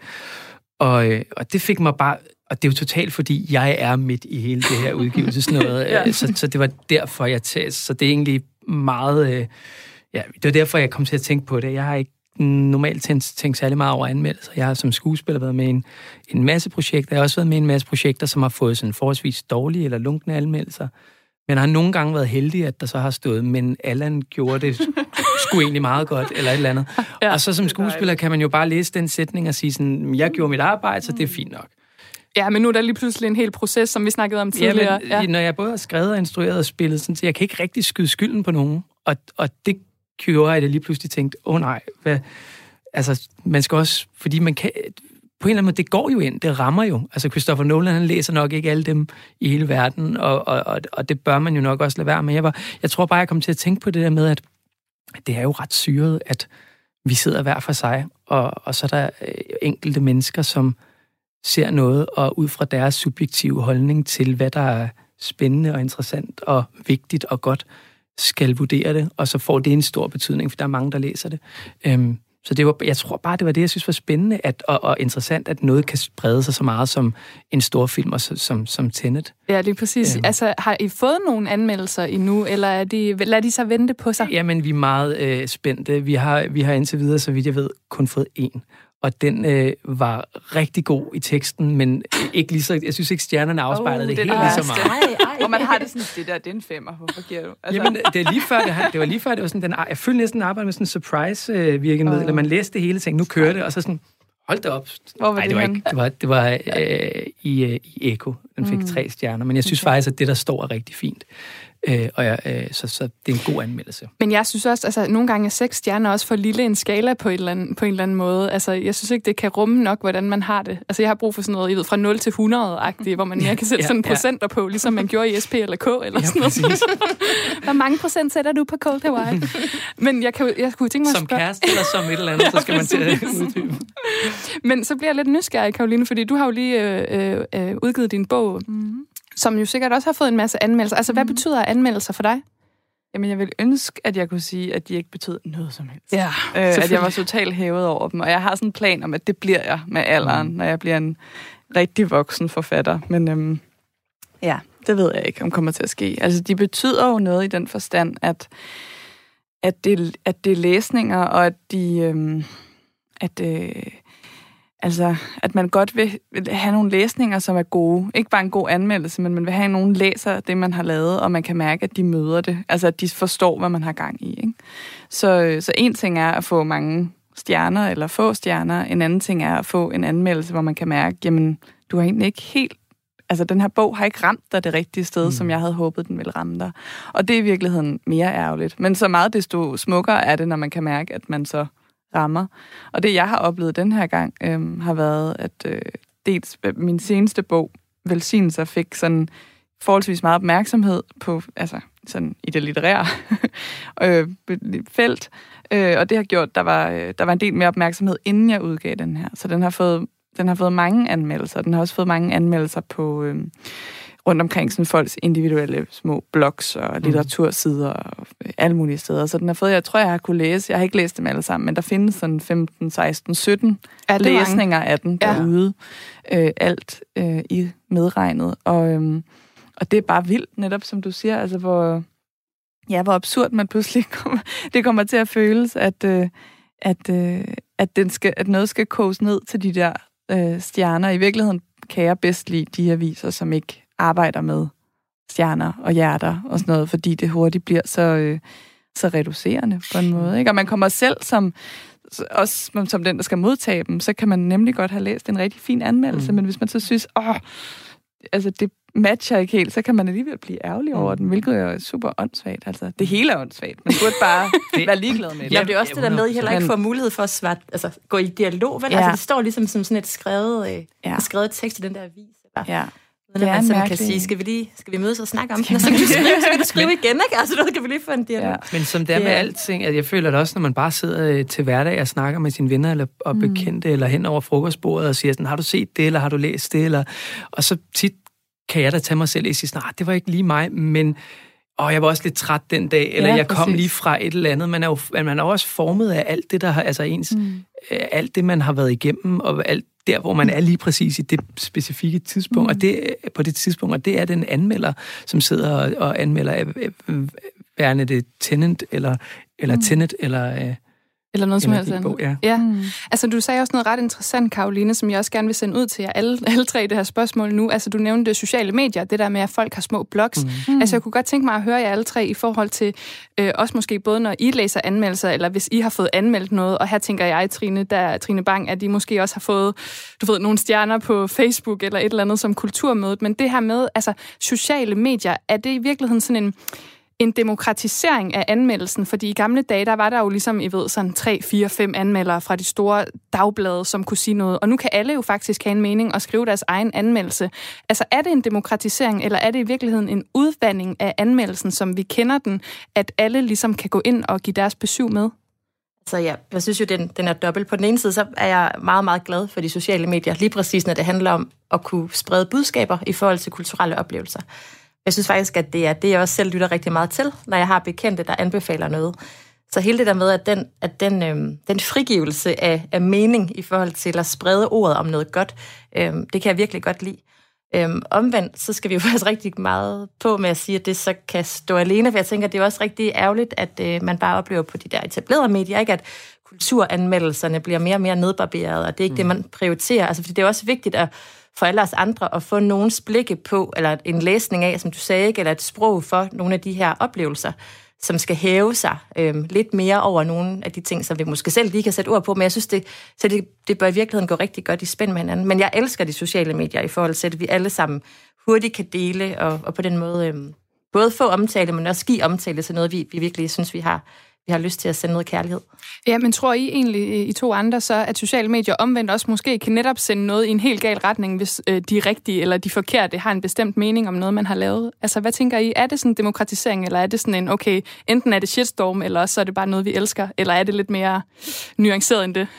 Og, øh, og det fik mig bare... Og det er jo totalt, fordi jeg er midt i hele det her udgivelsesnøjet. ja. så, så det var derfor, jeg tager. Så det er egentlig meget... Øh, ja, det var derfor, jeg kom til at tænke på det. Jeg har ikke normalt tænkt, tænkt særlig meget over anmeldelser. Jeg har som skuespiller været med i en, en masse projekter. Jeg har også været med i en masse projekter, som har fået sådan forholdsvis dårlige eller lunkne anmeldelser. Men har nogle gange været heldig, at der så har stået, men Allan gjorde det sgu egentlig meget godt, eller et eller andet. Ja, og så som skuespiller kan man jo bare læse den sætning og sige sådan, jeg gjorde mit arbejde, så det er fint nok. Ja, men nu er der lige pludselig en hel proces, som vi snakkede om tidligere. Ja, men, ja. Når jeg både har skrevet og instrueret og spillet, sådan, så jeg kan ikke rigtig skyde skylden på nogen. Og, og det gjorde, at jeg lige pludselig tænkte, åh oh, nej, hvad... Altså, man skal også... Fordi man kan... På en eller anden måde, det går jo ind, det rammer jo. Altså, Christopher Nolan, han læser nok ikke alle dem i hele verden, og, og, og, og det bør man jo nok også lade være med. Jeg, var, jeg tror bare, jeg kom til at tænke på det der med, at det er jo ret syret, at vi sidder hver for sig, og, og så er der enkelte mennesker, som ser noget, og ud fra deres subjektive holdning til, hvad der er spændende og interessant og vigtigt og godt, skal vurdere det, og så får det en stor betydning, for der er mange, der læser det. Øhm, så det var, jeg tror bare, det var det, jeg synes var spændende at, og, og interessant, at noget kan sprede sig så meget som en stor film, og så, som, som Tenet. Ja, det er præcis. Øhm. Altså, har I fået nogle anmeldelser endnu, eller er de, lader de så vente på sig? Jamen, vi er meget øh, spændte. Vi har, vi har indtil videre, så vidt jeg ved, kun fået én. Og den øh, var rigtig god i teksten, men ikke lige så... Jeg synes ikke, stjernerne afspejlede oh, det helt lige så meget. Ej, ej. Og man har det sådan, det der, det er en femmer. Hvorfor giver du? Altså. Jamen, det er lige før, det, det var lige før, det var sådan, den, jeg følte næsten arbejde med sådan en surprise-virkemiddel, øh, oh. man læste det hele, tænkte, nu kører det, og så sådan, hold det op. Hvor var Ej, det, det var ikke, det var, det var øh, i, øh, i Echo. Den fik mm. tre stjerner, men jeg synes okay. faktisk, at det, der står, er rigtig fint. Øh, og jeg, øh, så, så det er en god anmeldelse. Men jeg synes også, altså nogle gange er seks stjerner også for lille en skala på, et eller andet, på en eller anden måde. Altså jeg synes ikke, det kan rumme nok, hvordan man har det. Altså jeg har brug for sådan noget, jeg ved, fra nul til hundrede-agtigt, hvor man mere kan sætte ja, sådan procenter ja. på, ligesom man gjorde i S P eller K eller ja, sådan noget. Hvor mange procent sætter du på Cold Hawaii? Men jeg, kan, jeg kunne tænke mig at Som kæreste eller som et eller andet, så skal man til at uddybe. Men så bliver jeg lidt nysgerrig, Caroline, fordi du har jo lige øh, øh, udgivet din bog, mm. som jo sikkert også har fået en masse anmeldelser. Altså, hvad mm. betyder anmeldelser for dig? Jamen, jeg vil ønske, at jeg kunne sige, at de ikke betød noget som helst. Ja, øh, at jeg var totalt hævet over dem. Og jeg har sådan en plan om, at det bliver jeg med alderen, mm. når jeg bliver en rigtig voksen forfatter. Men øhm, ja, det ved jeg ikke, om kommer til at ske. Altså, de betyder jo noget i den forstand, at, at, det, at det er læsninger, og at de... Øhm, at, øh, altså, at man godt vil, vil have nogle læsninger, som er gode. Ikke bare en god anmeldelse, men man vil have, at nogen læser det, man har lavet, og man kan mærke, at de møder det. Altså, at de forstår, hvad man har gang i. Ikke? Så, så en ting er at få mange stjerner, eller få stjerner. En anden ting er at få en anmeldelse, hvor man kan mærke, jamen, du har egentlig ikke helt... Altså, den her bog har ikke ramt dig det rigtige sted, mm. som jeg havde håbet, den ville ramme dig. Og det er i virkeligheden mere ærgerligt. Men så meget desto smukkere er det, når man kan mærke, at man så rammer. Og det, jeg har oplevet den her gang, øhm, har været, at øh, dels min seneste bog, Velsignelser, fik sådan forholdsvis meget opmærksomhed på, altså sådan i det litterære øh, felt. Øh, og det har gjort, der var, der var en del mere opmærksomhed, inden jeg udgav den her. Så den har fået, den har fået mange anmeldelser. Den har også fået mange anmeldelser på... Øh, rundt omkring sådan folks individuelle små blogs og litteratursider og alle mulige steder. Så den har fået, jeg tror, jeg har kunne læse, jeg har ikke læst dem alle sammen, men der findes sådan femten, seksten, sytten ja, læsninger mange. Af den derude. Ja. Øh, alt øh, i medregnet. Og, øhm, og det er bare vildt, netop som du siger, altså hvor, ja, hvor absurd man pludselig kommer, det kommer til at føles, at, øh, at, øh, at, den skal, at noget skal koges ned til de der øh, stjerner. I virkeligheden kan jeg bedst lide de aviser, som ikke arbejder med stjerner og hjerter og sådan noget, fordi det hurtigt bliver så, øh, så reducerende på en måde. Ikke? Og man kommer selv som, også som den, der skal modtage dem, så kan man nemlig godt have læst en rigtig fin anmeldelse, mm. men hvis man så synes, åh, altså det matcher ikke helt, så kan man alligevel blive ærgerlig over den, hvilket er super åndssvagt. Altså, det hele er åndssvagt. Man burde bare være ligeglad med det. Ja, det er også det der med, at I heller ikke får mulighed for at svare, altså, gå i dialog. Vel? Ja. Altså, det står ligesom som sådan et skrevet, øh, ja. skrevet tekst i den der avis. Eller? Ja. Det er man kan sige, skal vi lige skal vi mødes og snakke om den, og så kan du skrive, så kan du skrive igen, ikke? Altså, så kan vi lige få en dialog. Ja. Men som det er med yeah. alting, at jeg føler det også, når man bare sidder til hverdag og snakker med sine venner eller, og bekendte, mm. eller hen over frokostbordet og siger sådan, har du set det, eller har du læst det, eller... Og så tit kan jeg da tage mig selv og sige sådan, det var ikke lige mig, men... Og jeg var også lidt træt den dag, eller ja, jeg kom præcis. Lige fra et eller andet. Man er jo man er også formet af alt det, der har, altså ens, mm. alt det, man har været igennem, og alt der, hvor man er lige præcis i det specifikke tidspunkt, mm. og det på det tidspunkt, og det er den anmelder, som sidder og, og anmelder, værende det Tenet, eller, eller mm. Tenet, eller... Eller noget som helst andet. Ja. Ja. Mm. Altså, du sagde også noget ret interessant, Karoline, som jeg også gerne vil sende ud til jer alle, alle tre i det her spørgsmål nu. Altså, du nævnte sociale medier, det der med, at folk har små blogs. Mm. Altså, jeg kunne godt tænke mig at høre jer alle tre i forhold til, øh, også måske både når I læser anmeldelser, eller hvis I har fået anmeldt noget, og her tænker jeg, Trine, der, Trine Bang, at I måske også har fået, du ved, nogle stjerner på Facebook, eller et eller andet som kulturmødet. Men det her med, altså, sociale medier, er det i virkeligheden sådan en... en demokratisering af anmeldelsen, fordi i gamle dage, der var der jo ligesom, I ved, sådan tre, fire, fem anmeldere fra de store dagblade, som kunne sige noget, og nu kan alle jo faktisk have en mening og skrive deres egen anmeldelse. Altså, er det en demokratisering, eller er det i virkeligheden en udvanding af anmeldelsen, som vi kender den, at alle ligesom kan gå ind og give deres besøg med? Så ja, jeg synes jo, den, den er dobbelt. På den ene side, så er jeg meget, meget glad for de sociale medier, lige præcis når det handler om at kunne sprede budskaber i forhold til kulturelle oplevelser. Jeg synes faktisk, at det er det, jeg også selv lytter rigtig meget til, når jeg har bekendte, der anbefaler noget. Så hele det der med, at den, at den, øhm, den frigivelse af, af mening i forhold til at sprede ordet om noget godt, øhm, det kan jeg virkelig godt lide. Øhm, omvendt, så skal vi jo faktisk rigtig meget på med at sige, at det så kan stå alene, for jeg tænker, at det er også rigtig ærgerligt, at øh, man bare oplever på de der etablerede medier, ikke? At kulturanmeldelserne bliver mere og mere nedbarberet, og det er ikke mm. det, man prioriterer. Altså, fordi det er også vigtigt at for alle os andre at få nogens blikke på, eller en læsning af, som du sagde, ikke? Eller et sprog for nogle af de her oplevelser, som skal hæve sig øhm, lidt mere over nogle af de ting, som vi måske selv lige kan sætte ord på, men jeg synes, det, så det, det bør i virkeligheden gå rigtig godt i spænd med hinanden. Men jeg elsker de sociale medier i forhold til, at vi alle sammen hurtigt kan dele, og, og på den måde øhm, både få omtale, men også give omtale til noget, vi, vi virkelig synes, vi har vi har lyst til at sende noget kærlighed. Ja, men tror I egentlig, I to andre, så at sociale medier omvendt også måske kan netop sende noget i en helt gal retning, hvis øh, de rigtige eller de forkerte har en bestemt mening om noget, man har lavet? Altså, hvad tænker I? Er det sådan en demokratisering, eller er det sådan en, okay, enten er det shitstorm, eller også er det bare noget, vi elsker, eller er det lidt mere nuanceret end det?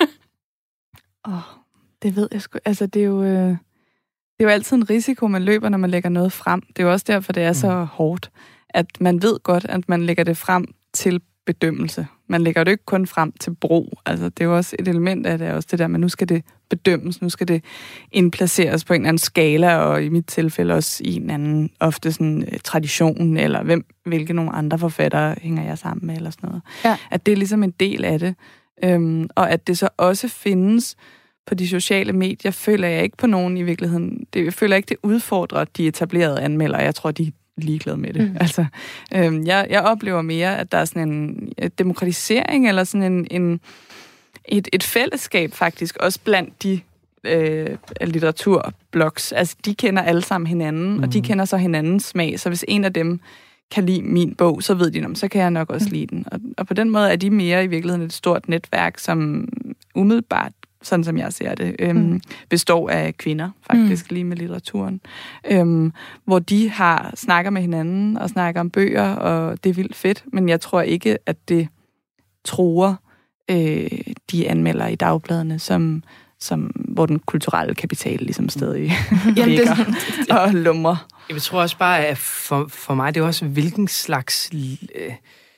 Åh, oh, det ved jeg sgu. Altså, det er jo... Øh... Det er jo altid en risiko, man løber, når man lægger noget frem. Det er jo også derfor, det er så hårdt, at man ved godt, at man lægger det frem til bedømmelse. Man lægger det ikke kun frem til brug. Altså, det er jo også et element af det, også det der, men nu skal det bedømmes, nu skal det indplaceres på en eller anden skala, og i mit tilfælde også i en anden, ofte sådan uh, tradition, eller hvem, hvilke nogle andre forfattere hænger jeg sammen med, eller sådan noget. Ja. At det er ligesom en del af det. Øhm, og at det så også findes på de sociale medier, føler jeg ikke på nogen i virkeligheden. Det, jeg føler ikke, det udfordrer de etablerede anmeldere. Jeg tror, de er ligeglade med det. Mm. Altså, øhm, jeg, jeg oplever mere, at der er sådan en demokratisering, eller sådan en, en et, et fællesskab faktisk, også blandt de øh, litteraturblogs. Altså, de kender alle sammen hinanden, mm. og de kender så hinandens smag. Så hvis en af dem kan lide min bog, så ved de, så kan jeg nok også lide den. Og, og på den måde er de mere i virkeligheden et stort netværk, som umiddelbart, sådan som jeg ser det, øhm, mm. består af kvinder, faktisk, mm. lige med litteraturen. Øhm, hvor de har snakker med hinanden og snakker om bøger, og det er vildt fedt, men jeg tror ikke, at det truer øh, de anmelder i dagbladene, som, som, hvor den kulturelle kapital ligesom stadig ligger og lummer. Jeg tror også bare, at for, for mig, det er også, hvilken slags øh,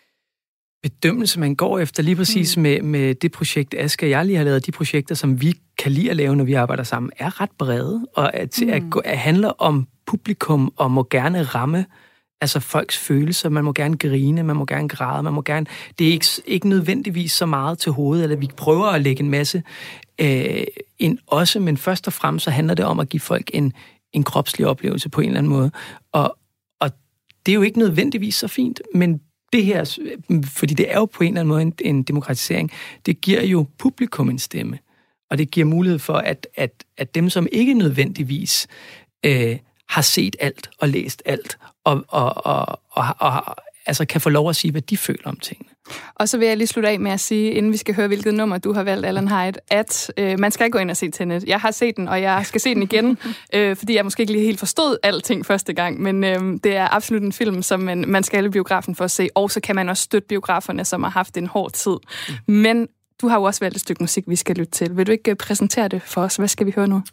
bedømmelse man går efter. Lige præcis mm. med, med det projekt, Aske og jeg lige har lavet, de projekter, som vi kan lide at lave, når vi arbejder sammen, er ret brede, og at, mm. at, at handler om publikum, og må gerne ramme altså folks følelser. Man må gerne grine, man må gerne græde, man må gerne... Det er ikke, ikke nødvendigvis så meget til hovedet, eller vi prøver at lægge en masse øh, ind også, men først og fremmest så handler det om at give folk en en kropslig oplevelse på en eller anden måde. Og, og det er jo ikke nødvendigvis så fint, men det her, fordi det er jo på en eller anden måde en, en demokratisering, det giver jo publikum en stemme. Og det giver mulighed for, at, at, at dem, som ikke nødvendigvis øh, har set alt og læst alt, og, og, og, og, og altså kan få lov at sige, hvad de føler om tingene. Og så vil jeg lige slutte af med at sige, inden vi skal høre, hvilket nummer du har valgt, Alan Hyde, at øh, man skal gå ind og se Tenet. Jeg har set den, og jeg skal se den igen, øh, fordi jeg måske ikke lige helt forstod alting første gang, men øh, det er absolut en film, som man, man skal i biografen for at se, og så kan man også støtte biograferne, som har haft en hård tid. Mm. Men du har jo også valgt et stykke musik, vi skal lytte til. Vil du ikke præsentere det for os? Hvad skal vi høre nu?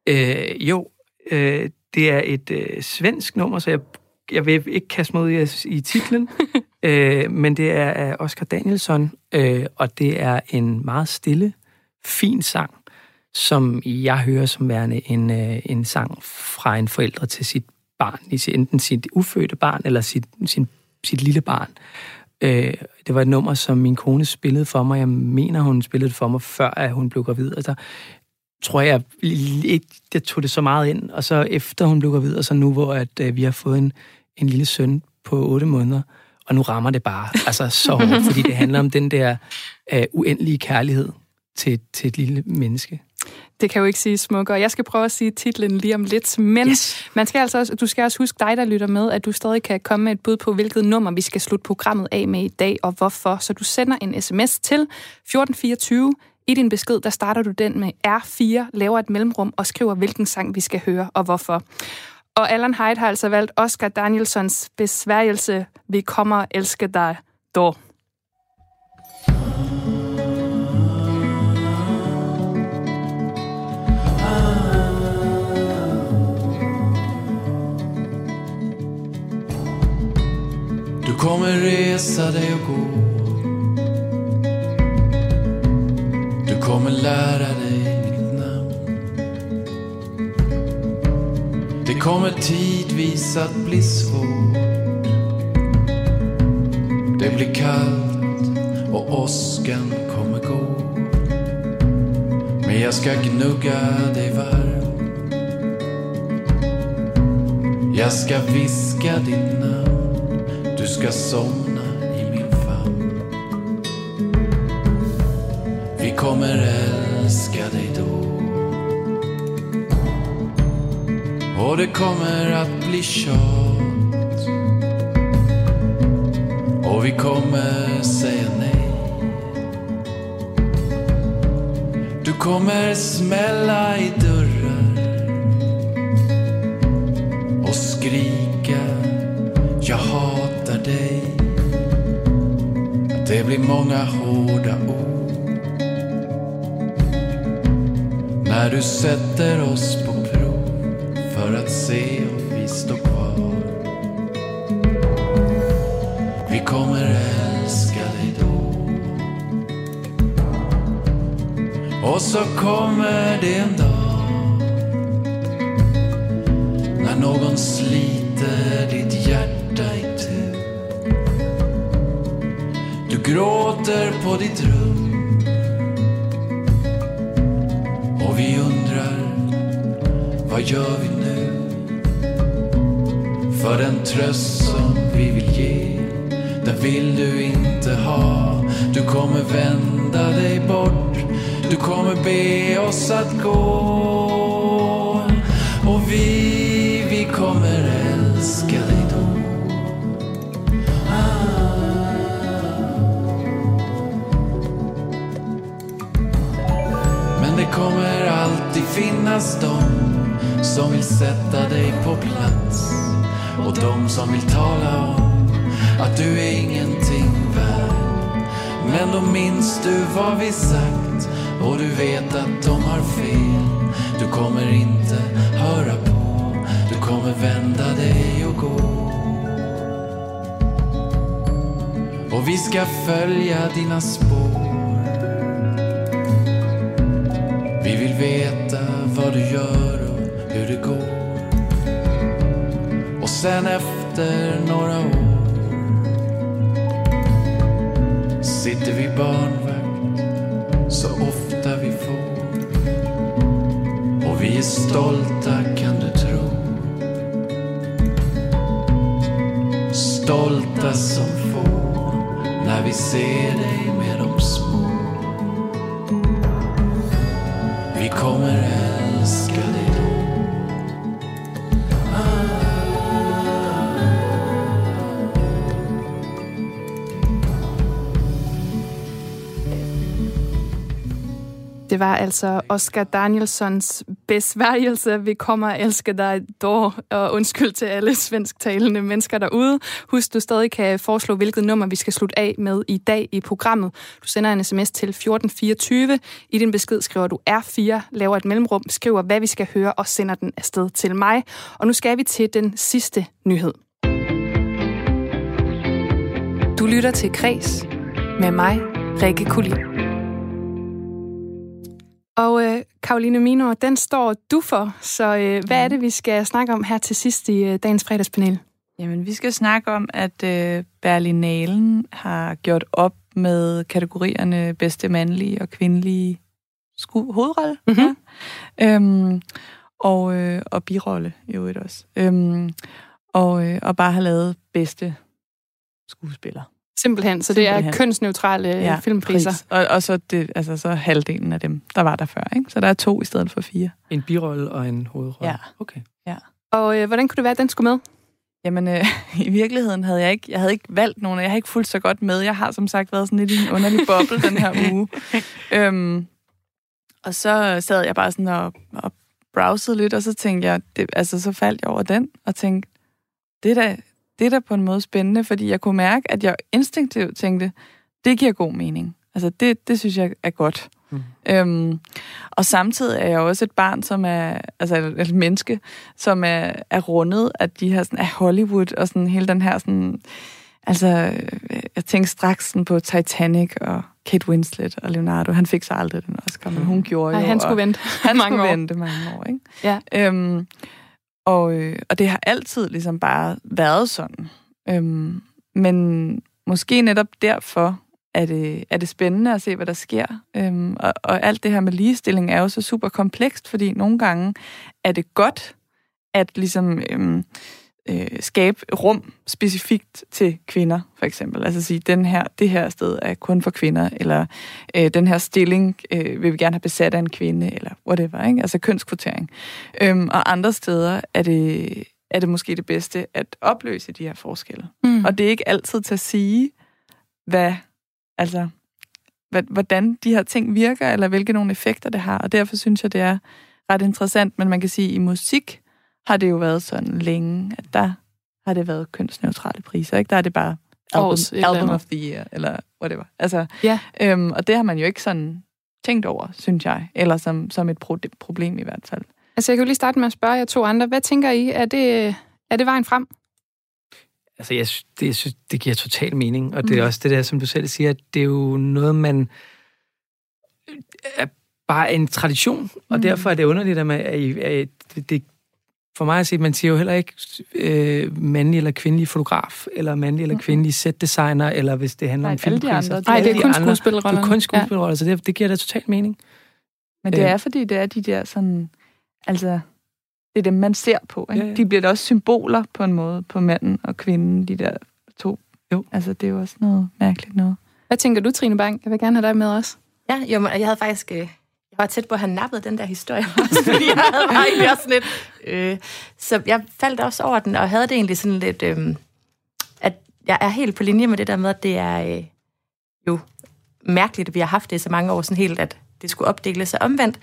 Øh, jo, øh, det er et øh, svensk nummer, så jeg Jeg vil ikke kaste mig ud i, i titlen, øh, men det er af Oscar Danielsson, øh, og det er en meget stille, fin sang, som jeg hører som værende en, øh, en sang fra en forældre til sit barn, enten sit ufødte barn eller sit, sin, sit lille barn. Øh, det var et nummer, som min kone spillede for mig. Jeg mener, hun spillede det for mig, før at hun blev gravid. Altså, tror jeg ikke, jeg tog det så meget ind, og så efter hun blev gravid, og så nu, hvor at, øh, vi har fået en, en lille søn på otte måneder, og nu rammer det bare altså så hårdt, fordi det handler om den der øh, uendelige kærlighed til, til et lille menneske. Det kan jo ikke sige smukkere. Jeg skal prøve at sige titlen lige om lidt, men yes. man skal altså også, du skal også huske dig, der lytter med, at du stadig kan komme med et bud på, hvilket nummer vi skal slutte programmet af med i dag, og hvorfor. Så du sender en sms til fjorten fireogtyve. I din besked, der starter du den med R fire, laver et mellemrum og skriver, hvilken sang vi skal høre og hvorfor. Og Alan Hyde har altså valgt Oscar Danielssons besværgelse, Vi kommer elske dig då. Du kommer resa dig och gå. Du kommer lära dig mitt namn. Det kommer tidvis att bli svårt. Det blir kallt och åskan kommer gå. Men jag ska gnugga dig varm. Jag ska viska ditt namn. Du ska somna i min famn. Vi kommer älska dig då. Och det kommer att bli tjat. Och vi kommer säga nej. Du kommer smälla i dörrar och skrika jag hatar dig. Det blir många hårda ord när du sätter oss på prov för att se om vi står kvar. Vi kommer älska dig då. Och så kommer det en dag när någon sliter ditt hjärta i tur. Du gråter på ditt rum Och vi undrar, vad gör vi nu? För den tröst som vi vill ge, den vill du inte ha. Du kommer vända dig bort, du kommer be oss att gå. Och vi, vi kommer älska dig då. Men det kommer alltid finnas de som vill sätta dig på plats, och de som vill tala om att du är ingenting värd. Men då minns du vad vi sagt, och du vet att de har fel. Du kommer inte höra på, du kommer vända dig och gå. Och vi ska följa dina spår. Vi vill veta vad du gör och hur det går. Och sen efter några år sitter vi barnvakt så ofta vi får. Och vi är stolta, kan du tro. Stolta som få när vi ser dig med de små. Vi kommer älska dig då. Det var altså Oscar Danielssons besværgelse. Vi kommer at elske dig då. Og undskyld til alle svensktalende mennesker derude. Husk, du stadig kan foreslå, hvilket nummer vi skal slutte af med i dag i programmet. Du sender en sms til fjorten fireogtyve. I din besked skriver du R fire, laver et mellemrum, skriver, hvad vi skal høre, og sender den afsted til mig. Og nu skal vi til den sidste nyhed. Du lytter til Kres med mig, Rikke Kulin. Og øh, Caroline Minor, den står du for, så øh, hvad er det, vi skal snakke om her til sidst i øh, dagens fredagspanel? Jamen, vi skal snakke om, at øh, Berlinalen har gjort op med kategorierne bedste mandlige og kvindelige sku- hovedrolle. Mm-hmm. Ja. Øhm, og, øh, og birolle i øvrigt også. Øhm, og, øh, og bare har lavet bedste skuespiller. Simpelthen, så det Simpelthen. er kønsneutrale ja, filmpriser. Og, og så, det, altså, så halvdelen af dem, der var der før, ikke? Så der er to i stedet for fire. En birolle og en hovedrolle? Ja. Okay. Ja. Og øh, hvordan kunne det være, at den skulle med? Jamen, øh, i virkeligheden havde jeg ikke, jeg havde ikke valgt nogen, jeg har ikke fulgt så godt med. Jeg har som sagt været sådan lidt i en underlig boble den her uge. øhm, og så sad jeg bare sådan og, og browsede lidt, og så tænkte jeg, det, altså så faldt jeg over den, og tænkte, det er da... Det er da på en måde spændende, fordi jeg kunne mærke, at jeg instinktivt tænkte, det giver god mening. Altså, det, det synes jeg er godt. Mm. Øhm, og samtidig er jeg også et barn, som er, altså et, et menneske, som er, er rundet af de her sådan, af Hollywood, og sådan hele den her sådan, altså, jeg tænkte straks sådan på Titanic og Kate Winslet og Leonardo. Han fik så aldrig den Oscar, men hun gjorde Ej, jo. han skulle vente han mange skulle år. vente mange år, ikke? Ja. Øhm, Og, øh, og det har altid ligesom bare været sådan. Øhm, men måske netop derfor er det, er det spændende at se, hvad der sker. Øhm, og, og alt det her med ligestilling er jo så super komplekst, fordi nogle gange er det godt at ligesom øhm, øh, skabe rum specifikt til kvinder, for eksempel. Altså sige, den her, det her sted er kun for kvinder, eller øh, den her stilling øh, vil vi gerne have besat af en kvinde, eller whatever, ikke? Altså kønskvotering. Øhm, og andre steder er det, er det måske det bedste at opløse de her forskelle. Mm. Og det er ikke altid til at sige, hvad, altså, hvad, hvordan de her ting virker, eller hvilke nogle effekter det har. Og derfor synes jeg, det er ret interessant, men man kan sige, at i musik har det jo været sådan længe, at der har det været kønsneutrale priser, ikke? Der er det bare album, album of the year, eller whatever. Altså, ja. øhm, og det har man jo ikke sådan tænkt over, synes jeg, eller som, som et pro- problem i hvert fald. Altså, jeg kan jo lige starte med at spørge jer to andre. Hvad tænker I? Er det, er det vejen frem? Altså, jeg synes, det, jeg synes, det giver total mening, og det er mm. også det der, som du selv siger, at det er jo noget, man er bare en tradition, og mm. derfor er det underligt, at, man, at, at det for mig at se, man siger jo heller ikke øh, mandlig eller kvindelig fotograf, eller mandlig eller kvindelig setdesigner, eller hvis det handler Nej, om filmpriser. Nej, det er kun skuespillerroller. Det er kun skuespillerroller, ja. Så det, det giver da total mening. Men det er, fordi det er de der sådan... Altså, det er dem, man ser på. Ikke? Ja, ja. De bliver da også symboler på en måde på manden og kvinden, de der to. Jo. Altså, det er jo også noget mærkeligt noget. Hvad tænker du, Trine Bang? Jeg vil gerne have dig med også. Ja, jo, men jeg havde faktisk... Øh, jeg var tæt på, at han nappede den der historie også, fordi jeg havde bare egentlig også sådan lidt... Øh, så jeg faldt også over den, og havde det egentlig sådan lidt... Øh, at jeg er helt på linje med det der med, at det er øh, jo mærkeligt, at vi har haft det i så mange år, sådan helt, at det skulle opdeles sig omvendt.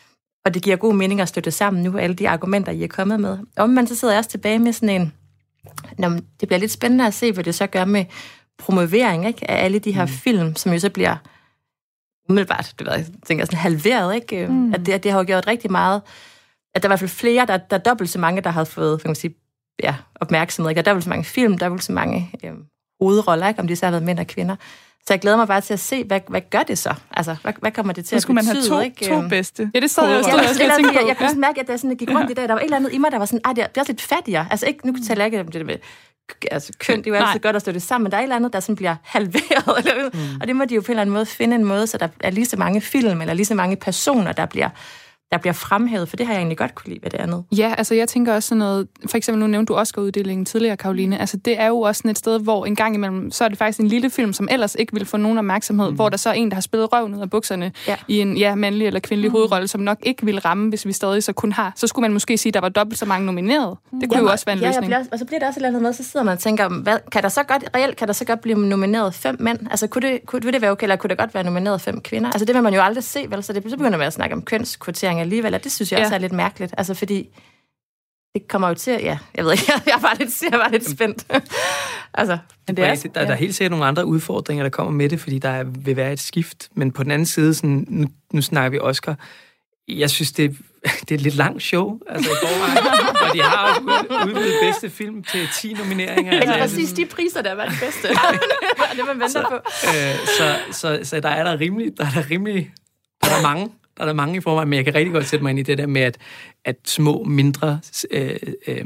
Og det giver god mening at støtte sammen nu, alle de argumenter, I er kommet med. Omvendt så sidder jeg også tilbage med sådan en... Nå, det bliver lidt spændende at se, hvad det så gør med promovering, ikke, af alle de her mm. film, som jo så bliver umiddelbart, det ved jeg, tænker sådan halveret, ikke? Mm. At det, det har jo gjort rigtig meget, at der er i hvert fald flere, der, der er dobbelt så mange, der har fået, kan man sige, ja, opmærksomhed, ikke? Der er dobbelt så mange film, der er dobbelt så mange øh, hovedroller, ikke? Om de så har været mænd og kvinder. Så jeg glæder mig bare til at se, hvad, hvad gør det så? Altså, hvad, hvad kommer det til så at betyde? Så skulle man have to, ikke? to bedste. Ja, det sad jeg også jeg, jeg, jeg, jeg, jeg, jeg kunne sådan mærke, at der sådan, jeg gik rundt i dag, der var et eller andet i mig, der var sådan, ej, det er, det er også lidt fattigere. Altså, ikke, nu taler jeg ikke om det med altså, køn, det er jo altid Nej. godt at stå det sammen, men der er et eller andet, der sådan bliver halveret. Eller, mm. Og det må de jo på en eller anden måde finde en måde, så der er lige så mange film, eller lige så mange personer, der bliver, der bliver fremhævet, for det har jeg egentlig godt kunne lide ved det andet. Ja, altså jeg tænker også sådan noget, for eksempel nu nævnte du Oscar-uddelingen tidligere, Karoline, altså det er jo også sådan et sted, hvor en gang imellem, så er det faktisk en lille film, som ellers ikke vil få nogen opmærksomhed, mm. hvor der så er en, der har spillet røven ud af bukserne ja. i en ja, mandlig eller kvindelig mm. hovedrolle, som nok ikke vil ramme, hvis vi stadig så kun har. Så skulle man måske sige, at der var dobbelt så mange nomineret. Det kunne Jamen, jo også være en ja, løsning. Bliver, og så bliver der også et eller andet med, så sidder man og tænker, hvad, kan der så godt, reelt kan der så godt blive nomineret fem mænd? Altså kunne det, kunne, vil det være okay, eller kunne der godt være nomineret fem kvinder? Altså det vil man jo aldrig se, vel? Så det så begynder man at snakke om kønskvotering alligevel, og det synes jeg ja. også er lidt mærkeligt. Altså fordi det kommer jo til at... Ja, jeg ved ikke, jeg var lidt, jeg var lidt spændt. altså, men det er, der, der er helt sikkert nogle andre udfordringer, der kommer med det, fordi der vil være et skift. Men på den anden side, sådan, nu, nu snakker vi Oscar, jeg synes, det, det er et lidt langt show, altså i forvejen. Og de har også udvidet bedste film til ti nomineringer. Altså, altså, præcis de priser, der var det bedste. det, man venter så, på. Øh, så, så, så der er der rimelig, der er der rimelig, der er mange, der er der mange i forvejen, men jeg kan rigtig godt sætte mig ind i det der med, at, at små, mindre, øh, øh,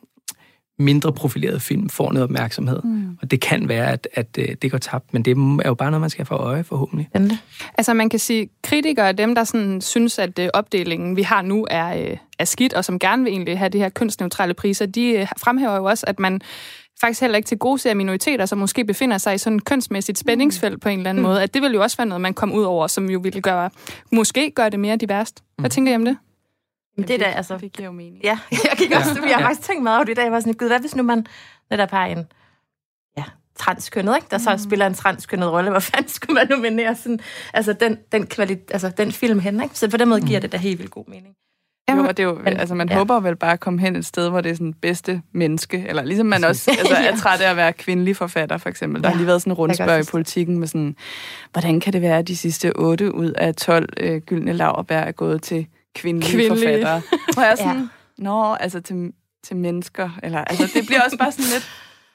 mindre profilerede film får noget opmærksomhed. Mm. Og det kan være, at, at det går tabt, men det er jo bare noget, man skal få øje, forhåbentlig. Altså man kan sige, kritikere af dem, der sådan synes, at opdelingen, vi har nu, er, er skidt, og som gerne vil egentlig have de her kønsneutrale priser, de fremhæver jo også, at man faktisk heller ikke til gode ser minoriteter, som måske befinder sig i sådan et kønsmæssigt spændingsfelt mm. på en eller anden mm. måde, at det vil jo også være noget, man kommer ud over, som jo ville gøre, måske gøre det mere diverst. Hvad mm. tænker I om det? Men det der, altså... Det giver jo mening. Ja, jeg gik også, ja. jeg har faktisk tænkt meget over det i dag. Jeg var sådan, gud, hvad hvis nu man netop har en ja, transkønnet, ikke? Der så mm. spiller en transkønnet rolle. Hvor fanden skulle man nominere sådan, altså den, den, kvalitet, altså den film hen, ikke? Så på den måde giver mm. det da helt vildt god mening. Jo, og det er jo, men, altså man ja. håber vel bare at komme hen et sted, hvor det er sådan bedste menneske, eller ligesom man også altså, er træt af at være kvindelig forfatter, for eksempel. Der ja. har lige været sådan en rundspørg i politikken med sådan, hvordan kan det være, at de sidste otte ud af tolv øh, gyldne laurbær er gået til kvindelige, kvindelige. forfattere? Hvor jeg er sådan, ja. nå, altså til, til mennesker, eller altså det bliver også bare sådan lidt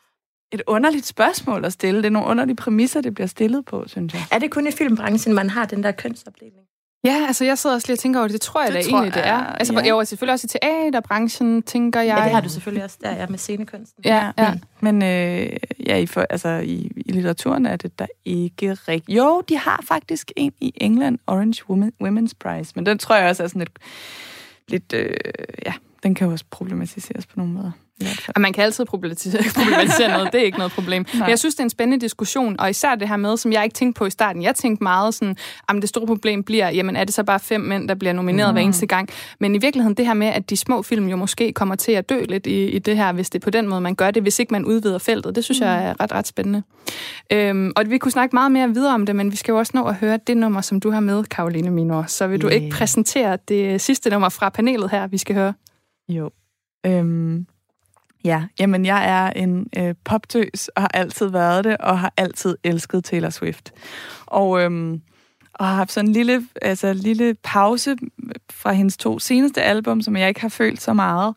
et underligt spørgsmål at stille. Det er nogle underlige præmisser, det bliver stillet på, synes jeg. Er det kun i filmbranchen, man har den der kønsopdeling? Ja, altså jeg sidder også lige og tænker over det. Det tror jeg det da tror, egentlig, det er. Altså ja. jo, selvfølgelig også i teaterbranchen, tænker jeg. Ja, det har du selvfølgelig også, der er med scenekunsten. Ja, ja. Mm. Men øh, ja, i, for, altså, i, i litteraturen er det der ikke rigtigt. Jo, de har faktisk en i England, Orange Women, Women's Prize, men den tror jeg også er sådan lidt, lidt øh, ja, den kan jo også problematiseres på nogle måder. Og man kan altid problematisere, problematisere noget, det er ikke noget problem. Nej. Men jeg synes, det er en spændende diskussion, og især det her med, som jeg ikke tænkte på i starten. Jeg tænkte meget sådan, om det store problem bliver, jamen er det så bare fem mænd, der bliver nomineret mm. hver eneste gang? Men i virkeligheden det her med, at de små film jo måske kommer til at dø lidt i, i det her, hvis det er på den måde, man gør det, hvis ikke man udvider feltet. Det synes mm. jeg er ret, ret spændende. Øhm, og vi kunne snakke meget mere videre om det, men vi skal jo også nå at høre det nummer, som du har med, Karoline Minor. Så vil yeah. du ikke præsentere det sidste nummer fra panelet her, vi skal høre? Jo. Øhm Ja, jamen jeg er en øh, poptøs, og har altid været det, og har altid elsket Taylor Swift. Og, øhm, og har haft sådan en lille, altså, lille pause fra hendes to seneste album, som jeg ikke har følt så meget.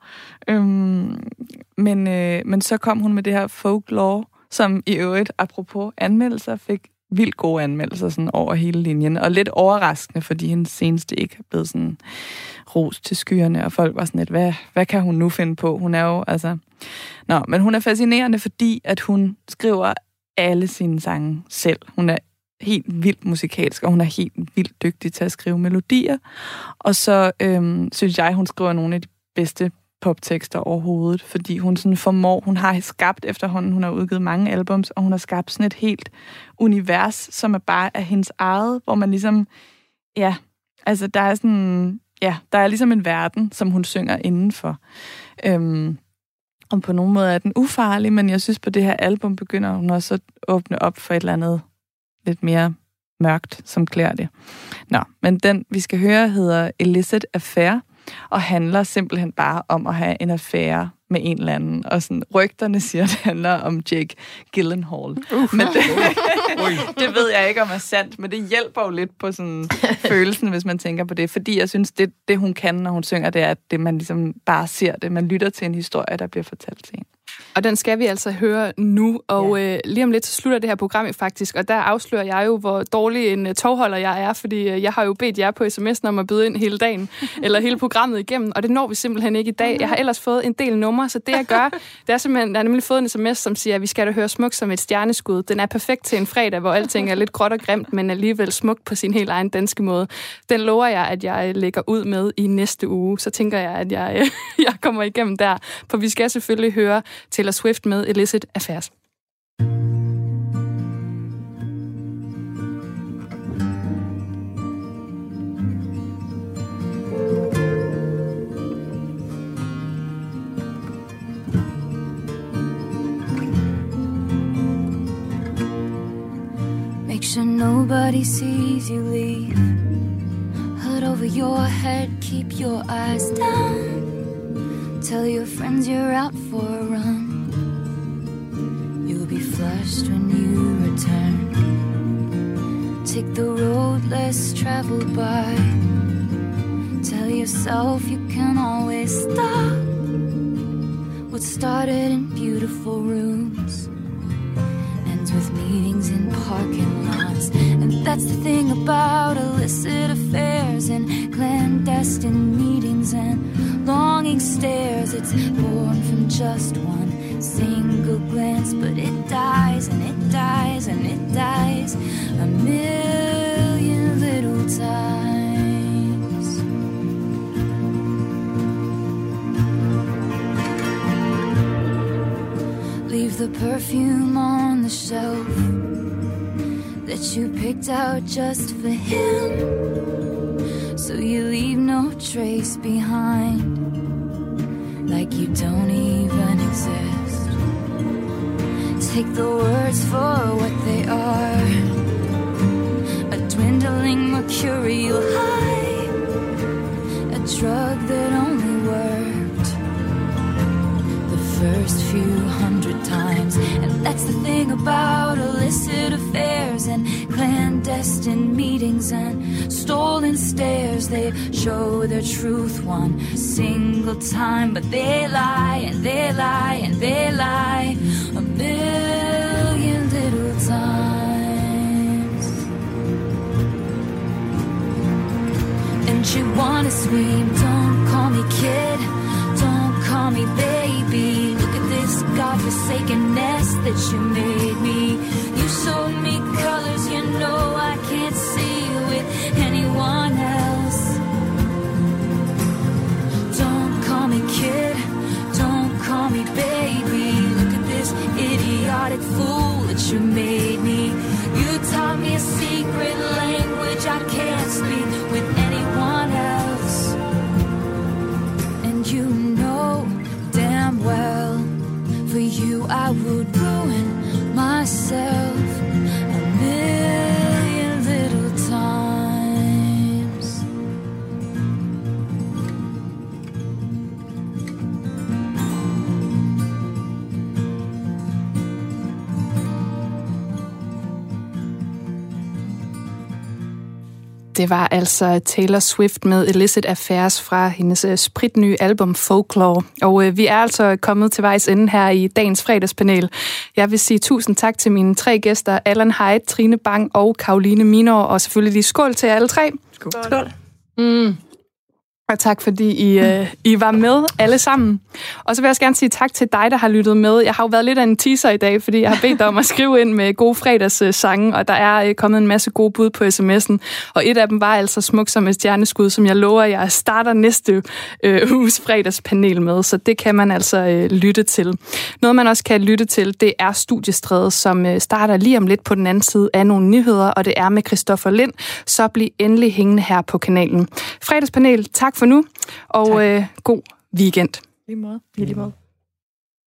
Øhm, men, øh, men så kom hun med det her Folklore, som i øvrigt, apropos anmeldelser, fik vildt gode anmeldelser sådan over hele linjen, og lidt overraskende, fordi hendes seneste ikke er blevet sådan ros til skyerne, og folk var sådan lidt, hvad, hvad kan hun nu finde på? Hun er jo, altså... Nå, men hun er fascinerende, fordi at hun skriver alle sine sange selv. Hun er helt vildt musikalsk, og hun er helt vildt dygtig til at skrive melodier. Og så øhm, synes jeg, hun skriver nogle af de bedste poptekster overhovedet, fordi hun sådan formår, hun har skabt efterhånden, hun har udgivet mange albums, og hun har skabt sådan et helt univers, som er bare af hendes eget, hvor man ligesom, ja, altså der er sådan, ja, der er ligesom en verden, som hun synger indenfor. Øhm, og på nogen måde er den ufarlig, men jeg synes på det her album begynder hun også at åbne op for et eller andet lidt mere mørkt, som klæder det. Nå, men den, vi skal høre, hedder Illicit Affair, og handler simpelthen bare om at have en affære med en eller anden. Og sådan, rygterne siger, at det handler om Jake Gyllenhaal. Uh. Men det, det ved jeg ikke, om er sandt, men det hjælper jo lidt på sådan følelsen, hvis man tænker på det. Fordi jeg synes, det, det hun kan, når hun synger, det er, at det, man ligesom bare ser det. Man lytter til en historie, der bliver fortalt til en. Og den skal vi altså høre nu, og ja. øh, lige om lidt så slutter det her program faktisk, og der afslører jeg jo, hvor dårlig en tovholder jeg er, fordi øh, jeg har jo bedt jer på sms'en om at byde ind hele dagen, eller hele programmet igennem, og det når vi simpelthen ikke i dag. Jeg har ellers fået en del numre, så det jeg gør, det er simpelthen, jeg har nemlig fået en sms, som siger, at vi skal da høre Smuk som et stjerneskud. Den er perfekt til en fredag, hvor alting er lidt gråt og grimt, men alligevel smukt på sin helt egen danske måde. Den lover jeg, at jeg lægger ud med i næste uge, så tænker jeg, at jeg, øh, jeg kommer igennem der, for vi skal selvfølgelig høre Taylor Swift med Illicit Affairs. Make sure nobody sees you leave. Hood over your head, keep your eyes down. Tell your friends you're out for a run. You'll be flushed when you return. Take the road less traveled by. Tell yourself you can always stop. What started in beautiful rooms ends with meetings in parking lots. And that's the thing about illicit affairs and clandestine meetings and longing stares. It's born from just one single glance, but it dies and it dies and it dies a million little times. Leave the perfume on the shelf that you picked out just for him, so you leave no trace behind, like you don't even exist. Take the words for what they are, a dwindling mercurial high, a drug that only worked the first few hundred times. And that's the thing about illicit affairs and clandestine meetings and stolen stares. They show their truth one single time, but they lie and they lie and they lie a million little times. And you wanna scream, don't call me kid, don't call me baby. Look at this godforsaken nest that you made me. You showed me colors you know I can't see with anyone else. Don't call me kid, don't call me baby. Look at this idiotic fool that you made me. You taught me a secret language I can't speak with anyone else. And you know damn well, for you I would ruin myself a million little times. Det var altså Taylor Swift med Illicit Affairs fra hendes spritnye album Folklore. Og øh, vi er altså kommet til vejs ende her i dagens fredagspanel. Jeg vil sige tusind tak til mine tre gæster, Allan Heidt, Trine Bang og Caroline Minor, og selvfølgelig lige skål til jer alle tre. Skål. Skål. Mm. Og tak, fordi I, øh, I var med alle sammen. Og så vil jeg også gerne sige tak til dig, der har lyttet med. Jeg har jo været lidt af en teaser i dag, fordi jeg har bedt dig om at skrive ind med gode fredagssange, og der er øh, kommet en masse gode bud på sms'en. Og et af dem var altså Smuk som et stjerneskud, som jeg lover, jeg starter næste øh, uges fredagspanel med. Så det kan man altså øh, lytte til. Noget, man også kan lytte til, det er Studiestrædet, som øh, starter lige om lidt på den anden side af nogle nyheder, og det er med Christoffer Lind. Så bliv endelig hængende her på kanalen. Fredagspanel, tak for nu, og øh, god weekend. Lige måde. Lige måde.